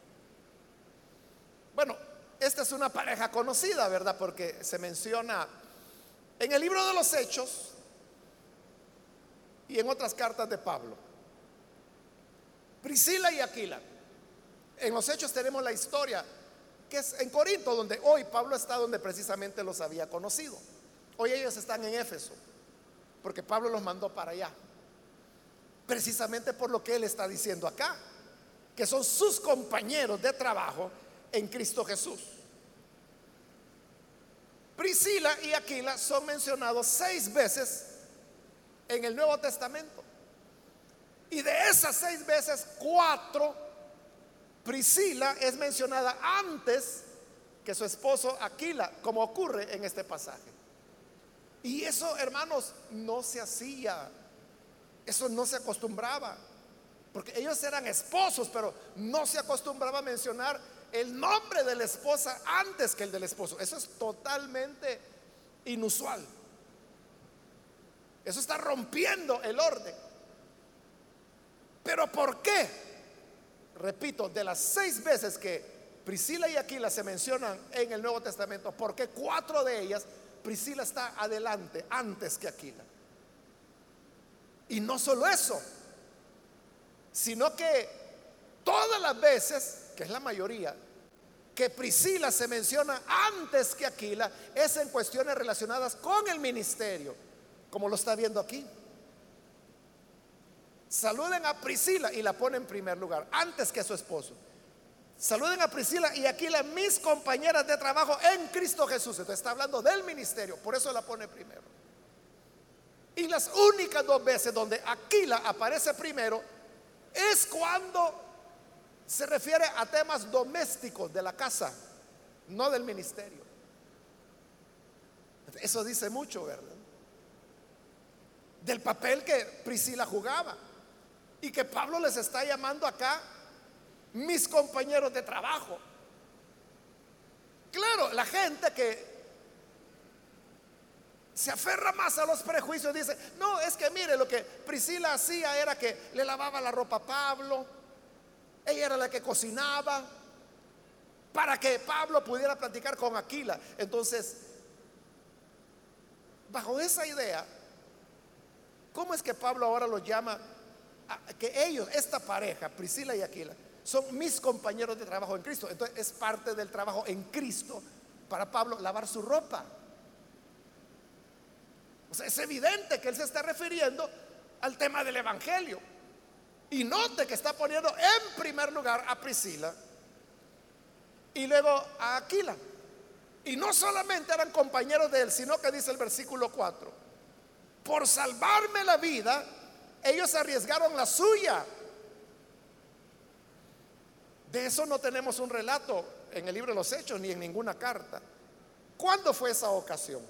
[SPEAKER 1] Bueno, esta es una pareja conocida, ¿verdad? Porque se menciona en el libro de los Hechos y en otras cartas de Pablo. Priscila y Aquila. En los Hechos tenemos la historia que es en Corinto, donde hoy Pablo está, donde precisamente los había conocido. Hoy ellos están en Éfeso, porque Pablo los mandó para allá, precisamente por lo que él está diciendo acá, que son sus compañeros de trabajo en Cristo Jesús. Priscila y Aquila son mencionados 6 veces en el Nuevo Testamento, y de esas 6 veces 4 Priscila es mencionada antes que su esposo Aquila, como ocurre en este pasaje. Y eso, hermanos, no se hacía, eso no se acostumbraba, porque ellos eran esposos, pero no se acostumbraba a mencionar el nombre de la esposa antes que el del esposo. Eso es totalmente inusual. Eso está rompiendo el orden. ¿Pero por qué? Repito, de las 6 veces que Priscila y Aquila se mencionan en el Nuevo Testamento, ¿por qué 4 de ellas Priscila está adelante, antes que Aquila? Y no solo eso, sino que todas las veces, que es la mayoría, que Priscila se menciona antes que Aquila, es en cuestiones relacionadas con el ministerio, como lo está viendo aquí. Saluden a Priscila y la pone en primer lugar, antes que a su esposo. Saluden a Priscila y Aquila, mis compañeras de trabajo en Cristo Jesús. Entonces está hablando del ministerio, por eso la pone primero. Y las únicas 2 veces donde Aquila aparece primero es cuando se refiere a temas domésticos de la casa, no del ministerio. Eso dice mucho, ¿verdad? Del papel que Priscila jugaba, y que Pablo les está llamando acá mis compañeros de trabajo. Claro, la gente que se aferra más a los prejuicios dice: no, es que mire, lo que Priscila hacía era que le lavaba la ropa a Pablo, ella era la que cocinaba para que Pablo pudiera platicar con Aquila. Entonces, bajo esa idea, ¿cómo es que Pablo ahora los llama que ellos, esta pareja, Priscila y Aquila, son mis compañeros de trabajo en Cristo. Entonces es parte del trabajo en Cristo para Pablo lavar su ropa. O sea, es evidente que él se está refiriendo al tema del evangelio. Y note que está poniendo en primer lugar a Priscila y luego a Aquila. Y no solamente eran compañeros de él, sino que dice el versículo 4: por salvarme la vida, ellos arriesgaron la suya. De eso no tenemos un relato en el libro de los Hechos ni en ninguna carta. ¿Cuándo fue esa ocasión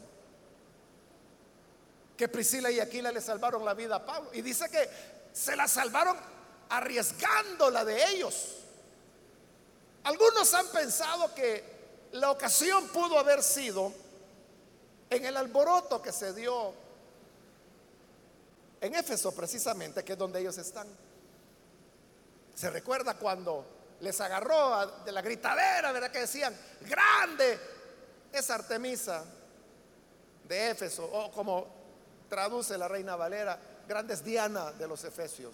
[SPEAKER 1] que Priscila y Aquila le salvaron la vida a Pablo? Y dice que se la salvaron arriesgando la de ellos. Algunos han pensado que la ocasión pudo haber sido en el alboroto que se dio en Éfeso, precisamente, que es donde ellos están. Se recuerda cuando les agarró de la gritadera, ¿verdad? Que decían: grande es Artemisa de Éfeso, o como traduce la Reina Valera, grande es Diana de los Efesios.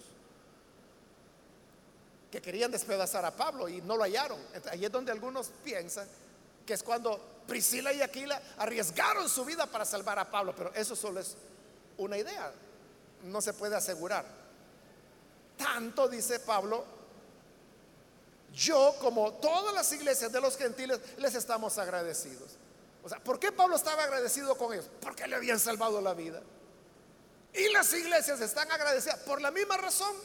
[SPEAKER 1] Que querían despedazar a Pablo y no lo hallaron. Entonces, ahí es donde algunos piensan que es cuando Priscila y Aquila arriesgaron su vida para salvar a Pablo, pero eso solo es una idea, no se puede asegurar. Tanto, dice Pablo, yo como todas las iglesias de los gentiles les estamos agradecidos. O sea, ¿por qué Pablo estaba agradecido con ellos? Porque le habían salvado la vida. Y las iglesias están agradecidas por la misma razón,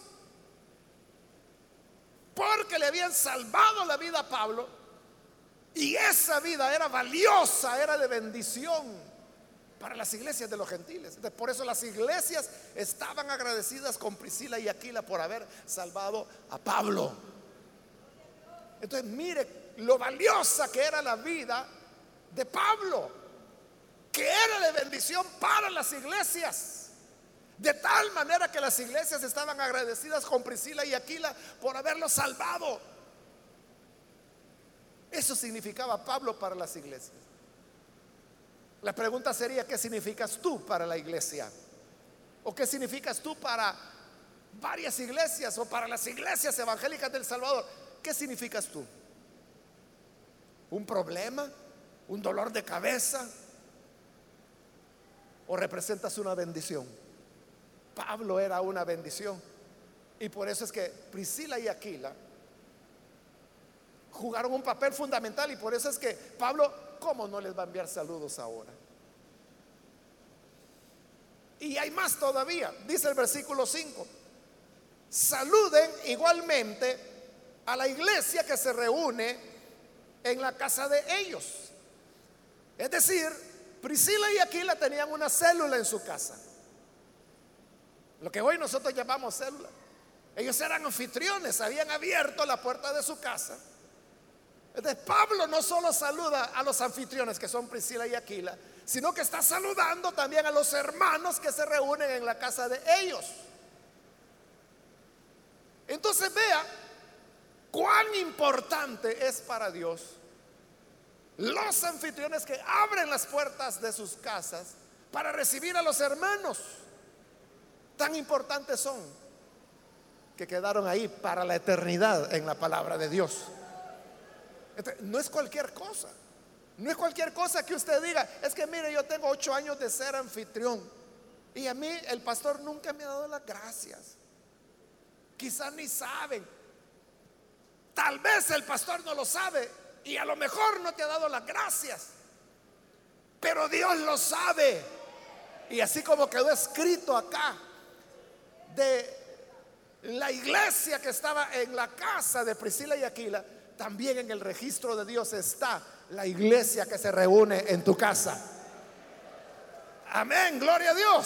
[SPEAKER 1] porque le habían salvado la vida a Pablo. Y esa vida era valiosa, era de bendición para las iglesias de los gentiles. Entonces, por eso las iglesias estaban agradecidas con Priscila y Aquila por haber salvado a Pablo. Entonces, mire lo valiosa que era la vida de Pablo, que era de bendición para las iglesias. De tal manera que las iglesias estaban agradecidas con Priscila y Aquila por haberlo salvado. Eso significaba Pablo para las iglesias. La pregunta sería: ¿qué significas tú para la iglesia? ¿O qué significas tú para varias iglesias o para las iglesias evangélicas del Salvador? ¿Qué significas tú? ¿Un problema? ¿Un dolor de cabeza? ¿O representas una bendición? Pablo era una bendición. Y por eso es que Priscila y Aquila jugaron un papel fundamental. Y por eso es que Pablo, ¿cómo no les va a enviar saludos ahora? Y hay más todavía. Dice el versículo 5: saluden igualmente a la iglesia que se reúne en la casa de ellos. Es decir, Priscila y Aquila tenían una célula en su casa, lo que hoy nosotros llamamos célula. Ellos eran anfitriones, habían abierto la puerta de su casa. Entonces Pablo no solo saluda a los anfitriones, que son Priscila y Aquila, sino que está saludando también a los hermanos que se reúnen en la casa de ellos. Entonces vea cuán importante es para Dios los anfitriones que abren las puertas de sus casas para recibir a los hermanos. Tan importantes son que quedaron ahí para la eternidad en la palabra de Dios. Entonces, no es cualquier cosa. No es cualquier cosa que usted diga: es que mire, yo tengo 8 años de ser anfitrión y a mí el pastor nunca me ha dado las gracias. Quizás ni saben. Tal vez el pastor no lo sabe y a lo mejor no te ha dado las gracias, pero Dios lo sabe. Y así como quedó escrito acá de la iglesia que estaba en la casa de Priscila y Aquila, también en el registro de Dios está la iglesia que se reúne en tu casa. Amén, gloria a Dios.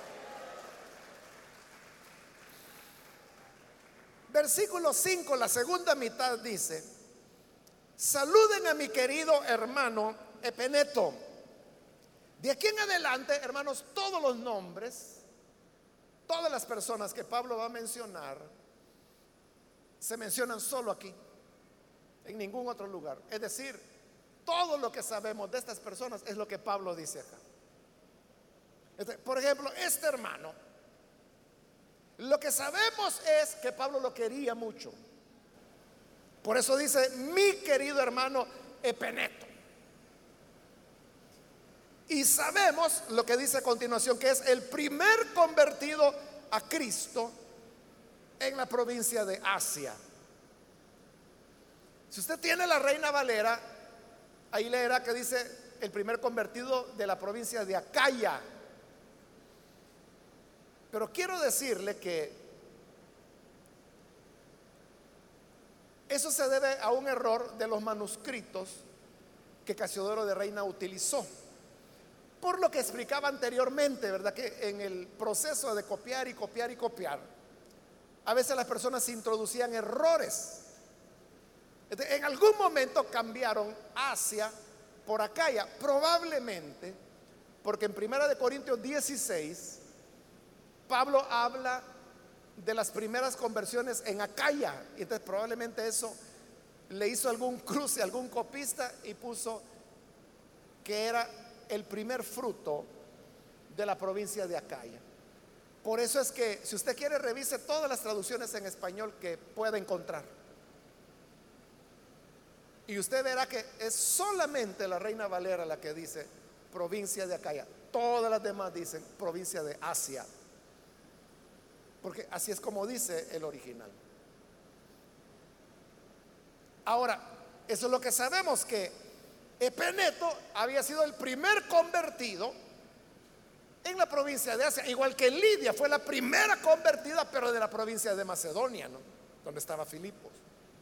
[SPEAKER 1] Versículo 5, la segunda mitad dice: saluden a mi querido hermano Epeneto. De aquí en adelante, hermanos, todos los nombres, todas las personas que Pablo va a mencionar, se mencionan solo aquí, en ningún otro lugar. Es decir, todo lo que sabemos de estas personas es lo que Pablo dice acá. Por ejemplo, este hermano Lo que sabemos es que Pablo lo quería mucho. Por eso dice mi querido hermano Epeneto. Y sabemos lo que dice a continuación, que es el primer convertido a Cristo en la provincia de Asia. Si usted tiene la Reina Valera, ahí leerá que dice el primer convertido de la provincia de Acaya. Pero quiero decirle que eso se debe a un error de los manuscritos que Casiodoro de Reina utilizó. Por lo que explicaba anteriormente, ¿verdad? Que en el proceso de copiar y copiar y copiar, a veces las personas introducían errores. En algún momento cambiaron Asia por Acaya, probablemente porque en 1 Corintios 16 Pablo habla de las primeras conversiones en Acaya. Y entonces probablemente eso le hizo algún cruce, algún copista, y puso que era el primer fruto de la provincia de Acaya. Por eso es que si usted quiere, revise todas las traducciones en español que pueda encontrar, y usted verá que es solamente la Reina Valera la que dice provincia de Acaya. Todas las demás dicen provincia de Asia, porque así es como dice el original. Ahora, eso es lo que sabemos, que Epeneto había sido el primer convertido en la provincia de Asia, igual que Lidia fue la primera convertida, pero de la provincia de Macedonia, ¿no? Donde estaba Filipos.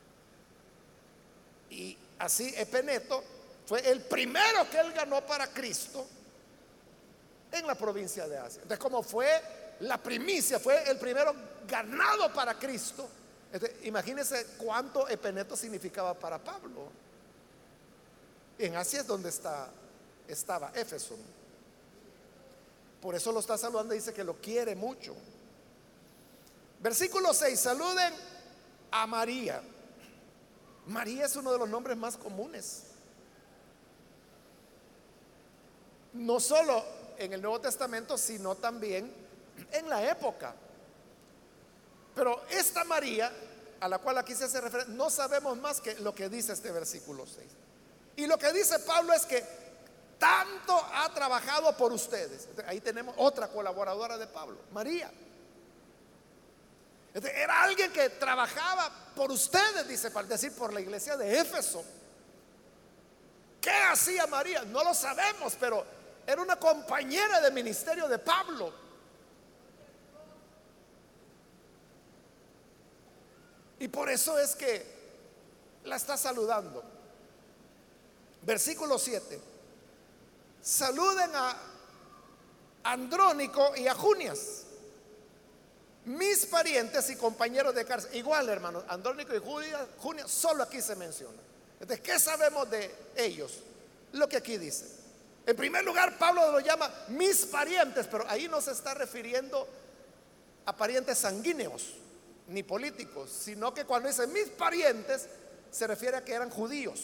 [SPEAKER 1] Y así Epeneto fue el primero que él ganó para Cristo en la provincia de Asia. Entonces, como fue la primicia, fue el primero ganado para Cristo, entonces, imagínense cuánto Epeneto significaba para Pablo. En Asia es donde estaba Éfeso. Por eso lo está saludando y dice que lo quiere mucho. Versículo 6, saluden a María. María es uno de los nombres más comunes, no solo en el Nuevo Testamento, sino también en la época. Pero esta María, a la cual aquí se hace referencia, no sabemos más que lo que dice este versículo 6. Y lo que dice Pablo es que tanto ha trabajado por ustedes. Ahí tenemos otra colaboradora de Pablo, María. Era alguien que trabajaba por ustedes, dice Pablo, es decir, por la iglesia de Éfeso. ¿Qué hacía María? No lo sabemos, pero era una compañera de ministerio de Pablo. Y por eso es que la está saludando. Versículo 7. Saluden a Andrónico y a Junias, mis parientes y compañeros de cárcel. Igual, hermanos, Andrónico y Junias solo aquí se menciona. Entonces, ¿qué sabemos de ellos? Lo que aquí dice. En primer lugar, Pablo lo llama mis parientes, pero ahí no se está refiriendo a parientes sanguíneos ni políticos, sino que cuando dice mis parientes se refiere a que eran judíos,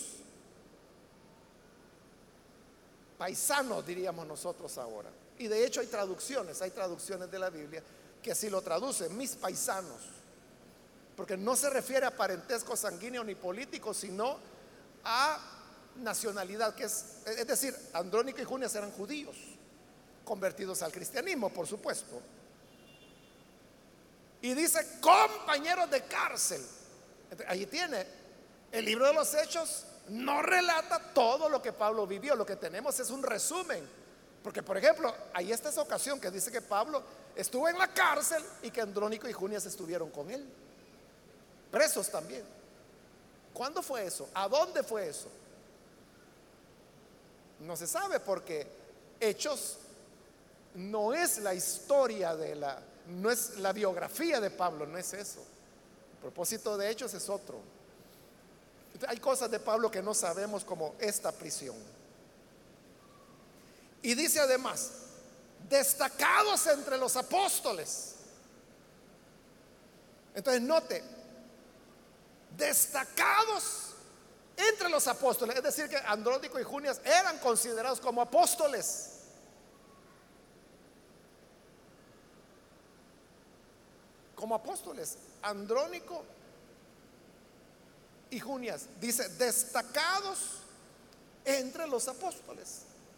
[SPEAKER 1] paisanos diríamos nosotros ahora. Y de hecho hay traducciones de la Biblia que así lo traducen, mis paisanos, porque no se refiere a parentesco sanguíneo ni político, sino a nacionalidad, que es decir, Andrónico y Junias eran judíos convertidos al cristianismo, por supuesto. Y dice compañeros de cárcel. Ahí tiene, el libro de los Hechos no relata todo lo que Pablo vivió, lo que tenemos es un resumen. Porque, por ejemplo, ahí está esa ocasión que dice que Pablo estuvo en la cárcel y que Andrónico y Junias estuvieron con él, presos también. ¿Cuándo fue eso? ¿A dónde fue eso? No se sabe, porque Hechos no es la historia no es la biografía de Pablo, no es eso. El propósito de Hechos es otro. Hay cosas de Pablo que no sabemos, como esta prisión. Y dice además, destacados entre los apóstoles. Entonces note, destacados entre los apóstoles, es decir que Andrónico y Junias eran considerados como apóstoles. como apóstoles, Andrónico y Junias. Dice, destacados entre los apóstoles.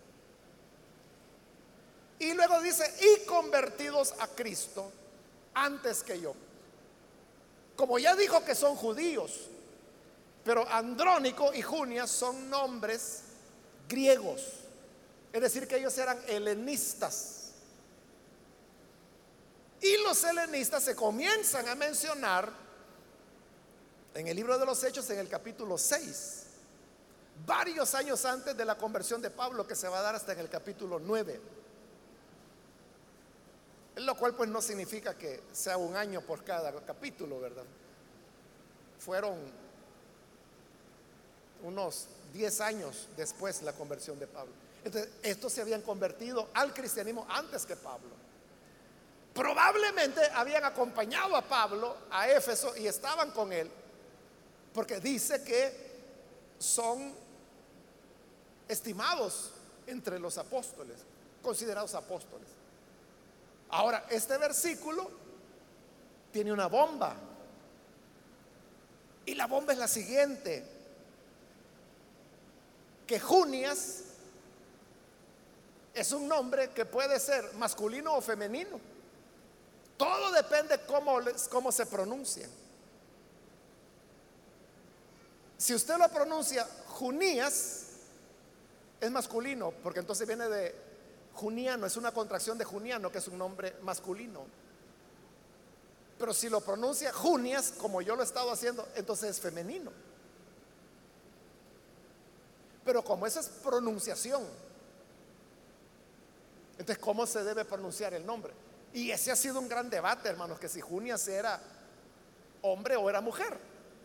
[SPEAKER 1] Y luego dice, y convertidos a Cristo antes que yo. Como ya dijo que son judíos, pero Andrónico y Junias son nombres griegos. Es decir, que ellos eran helenistas. Y los helenistas se comienzan a mencionar en el libro de los Hechos, en el capítulo 6, varios años antes de la conversión de Pablo, que se va a dar hasta en el capítulo 9. Lo cual pues no significa que sea un año por cada capítulo, ¿verdad? Fueron unos 10 años después la conversión de Pablo. Entonces, estos se habían convertido al cristianismo antes que Pablo. Probablemente habían acompañado a Pablo a Éfeso y estaban con él, porque dice que son estimados entre los apóstoles, considerados apóstoles. Ahora, este versículo tiene una bomba. Y la bomba es la siguiente: que Junias es un nombre que puede ser masculino o femenino. Todo depende cómo se pronuncia. Si usted lo pronuncia Junías, es masculino, porque entonces viene de Juniano, es una contracción de Juniano, que es un nombre masculino. Pero si lo pronuncia Junias, como yo lo he estado haciendo, entonces es femenino. Pero como esa es pronunciación, entonces ¿cómo se debe pronunciar el nombre? Y ese ha sido un gran debate, hermanos, que si Junias era hombre o era mujer.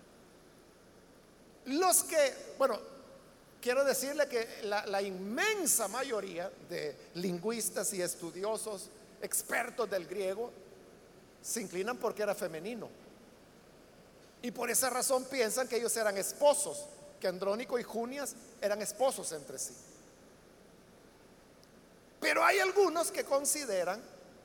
[SPEAKER 1] Quiero decirle que la inmensa mayoría de lingüistas y estudiosos expertos del griego se inclinan porque era femenino. Y por esa razón piensan que ellos eran esposos, que Andrónico y Junias eran esposos entre sí. Pero hay algunos que consideran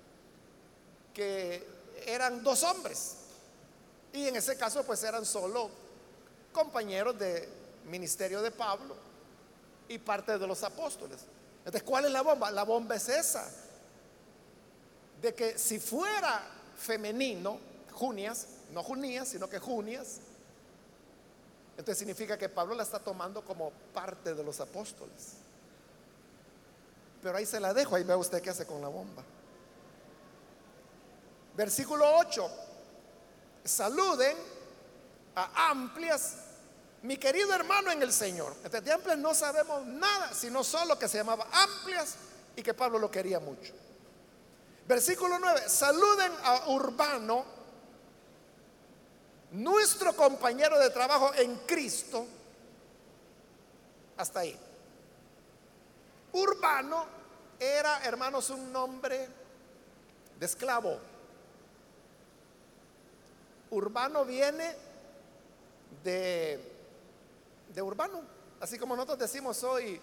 [SPEAKER 1] que eran dos hombres, y en ese caso pues eran solo compañeros de ministerio de Pablo y parte de los apóstoles. Entonces, ¿cuál es la bomba? La bomba es esa, de que si fuera femenino Junias, no Junías, sino que Junias, entonces significa que Pablo la está tomando como parte de los apóstoles. Pero ahí se la dejo, ahí ve usted qué hace con la bomba. Versículo 8: saluden a Amplias, mi querido hermano en el Señor. Entonces, de Amplias no sabemos nada, sino solo que se llamaba Amplias y que Pablo lo quería mucho. Versículo 9: saluden a Urbano, nuestro compañero de trabajo en Cristo. Hasta ahí. Urbano era, hermanos, un nombre de esclavo. Urbano viene de urbano, así como nosotros decimos hoy,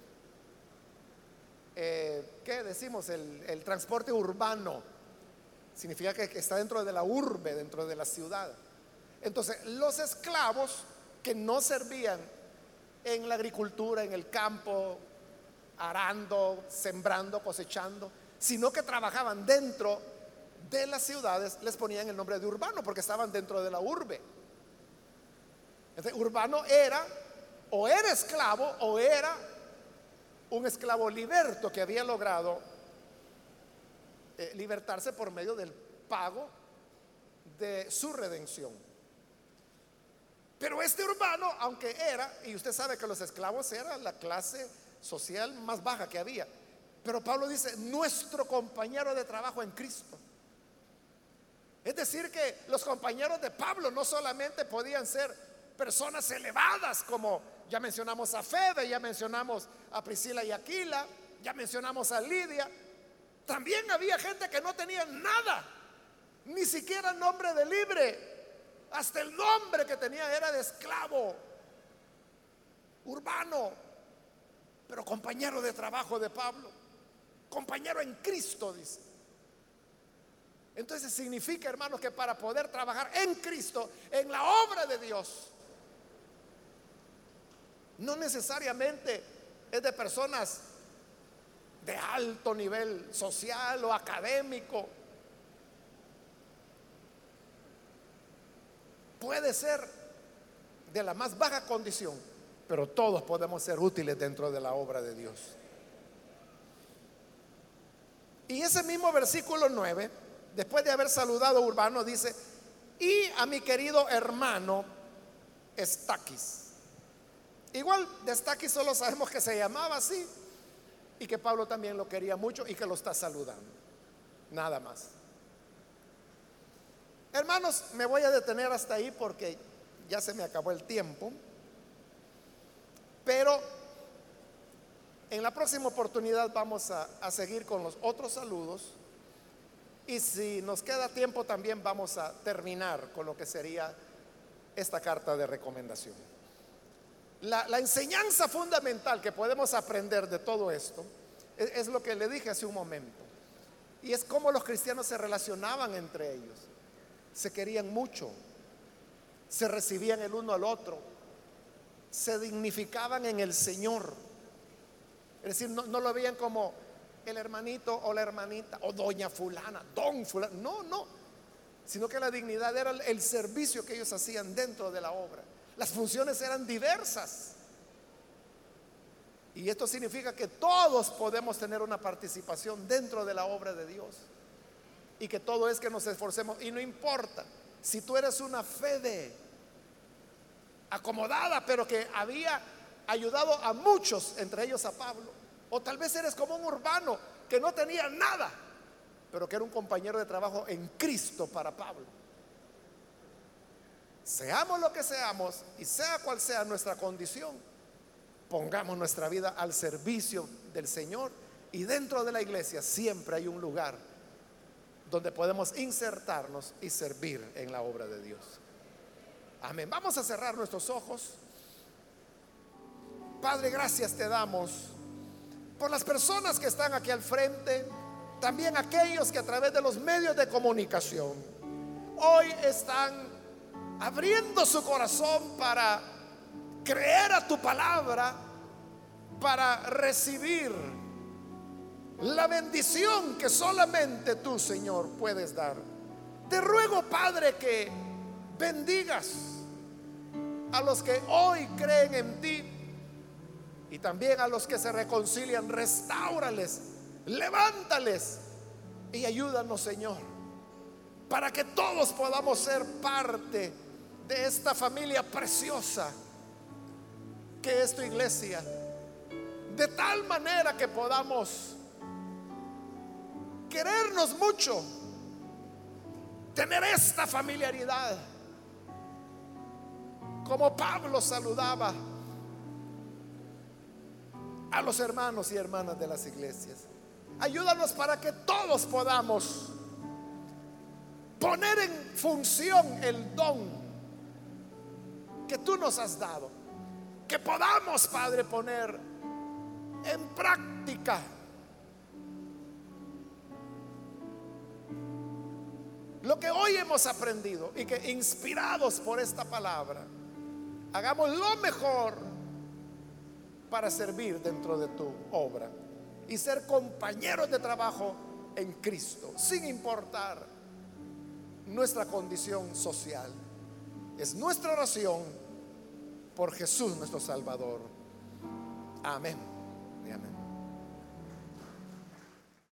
[SPEAKER 1] ¿qué decimos? El transporte urbano significa que está dentro de la urbe, dentro de la ciudad. Entonces, los esclavos que no servían en la agricultura, en el campo, arando, sembrando, cosechando, sino que trabajaban dentro de las ciudades, les ponían el nombre de urbano porque estaban dentro de la urbe. Entonces, urbano era o era esclavo o era un esclavo liberto que había logrado libertarse por medio del pago de su redención. Pero este urbano, aunque era, y usted sabe que los esclavos eran la clase social más baja que había, pero Pablo dice nuestro compañero de trabajo en Cristo. Es decir, que los compañeros de Pablo no solamente podían ser personas elevadas, como ya mencionamos a Febe, ya mencionamos a Priscila y Aquila, ya mencionamos a Lidia. También había gente que no tenía nada, ni siquiera nombre de libre. Hasta el nombre que tenía era de esclavo. Urbano, pero compañero de trabajo de Pablo, compañero en Cristo, dice. Entonces significa, hermanos, que para poder trabajar en Cristo, en la obra de Dios, no necesariamente es de personas de alto nivel social o académico. Puede ser de la más baja condición, pero todos podemos ser útiles dentro de la obra de Dios. Y ese mismo versículo 9, después de haber saludado a Urbano, dice: y a mi querido hermano Estaquis. Igual de Estaquis solo sabemos que se llamaba así y que Pablo también lo quería mucho y que lo está saludando. Nada más. Hermanos, me voy a detener hasta ahí porque ya se me acabó el tiempo. Pero en la próxima oportunidad vamos a seguir con los otros saludos. Y si nos queda tiempo también vamos a terminar con lo que sería esta carta de recomendación. La enseñanza fundamental que podemos aprender de todo esto es lo que le dije hace un momento. Y es cómo los cristianos se relacionaban entre ellos. Se querían mucho, se recibían el uno al otro, se dignificaban en el Señor. Es decir, no lo veían como el hermanito o la hermanita o doña fulana, don fulano. No, sino que la dignidad era el servicio que ellos hacían dentro de la obra. Las funciones eran diversas. Y esto significa que todos podemos tener una participación dentro de la obra de Dios. Y que todo es que nos esforcemos. Y no importa si tú eres una Fede acomodada, pero que había ayudado a muchos, entre ellos a Pablo. O tal vez eres como un Urbano que no tenía nada, pero que era un compañero de trabajo en Cristo para Pablo. Seamos lo que seamos y sea cual sea nuestra condición, pongamos nuestra vida al servicio del Señor. Y dentro de la iglesia siempre hay un lugar donde podemos insertarnos y servir en la obra de Dios. Amén. Vamos a cerrar nuestros ojos. Padre, gracias te damos por las personas que están aquí al frente, también aquellos que a través de los medios de comunicación hoy están abriendo su corazón para creer a tu palabra, para recibir la bendición que solamente tú, Señor, puedes dar. Te ruego, Padre, que bendigas a los que hoy creen en ti y también a los que se reconcilian. Restáurales, levántales y ayúdanos, Señor, para que todos podamos ser parte de esta familia preciosa que es tu iglesia, de tal manera que podamos querernos mucho, tener esta familiaridad, como Pablo saludaba a los hermanos y hermanas de las iglesias. Ayúdanos para que todos podamos poner en función el don que tú nos has dado, que podamos, Padre, poner en práctica lo que hoy hemos aprendido, y que inspirados por esta palabra hagamos lo mejor para servir dentro de tu obra y ser compañeros de trabajo en Cristo, sin importar nuestra condición social. Es nuestra oración por Jesús nuestro Salvador. Amén y amén.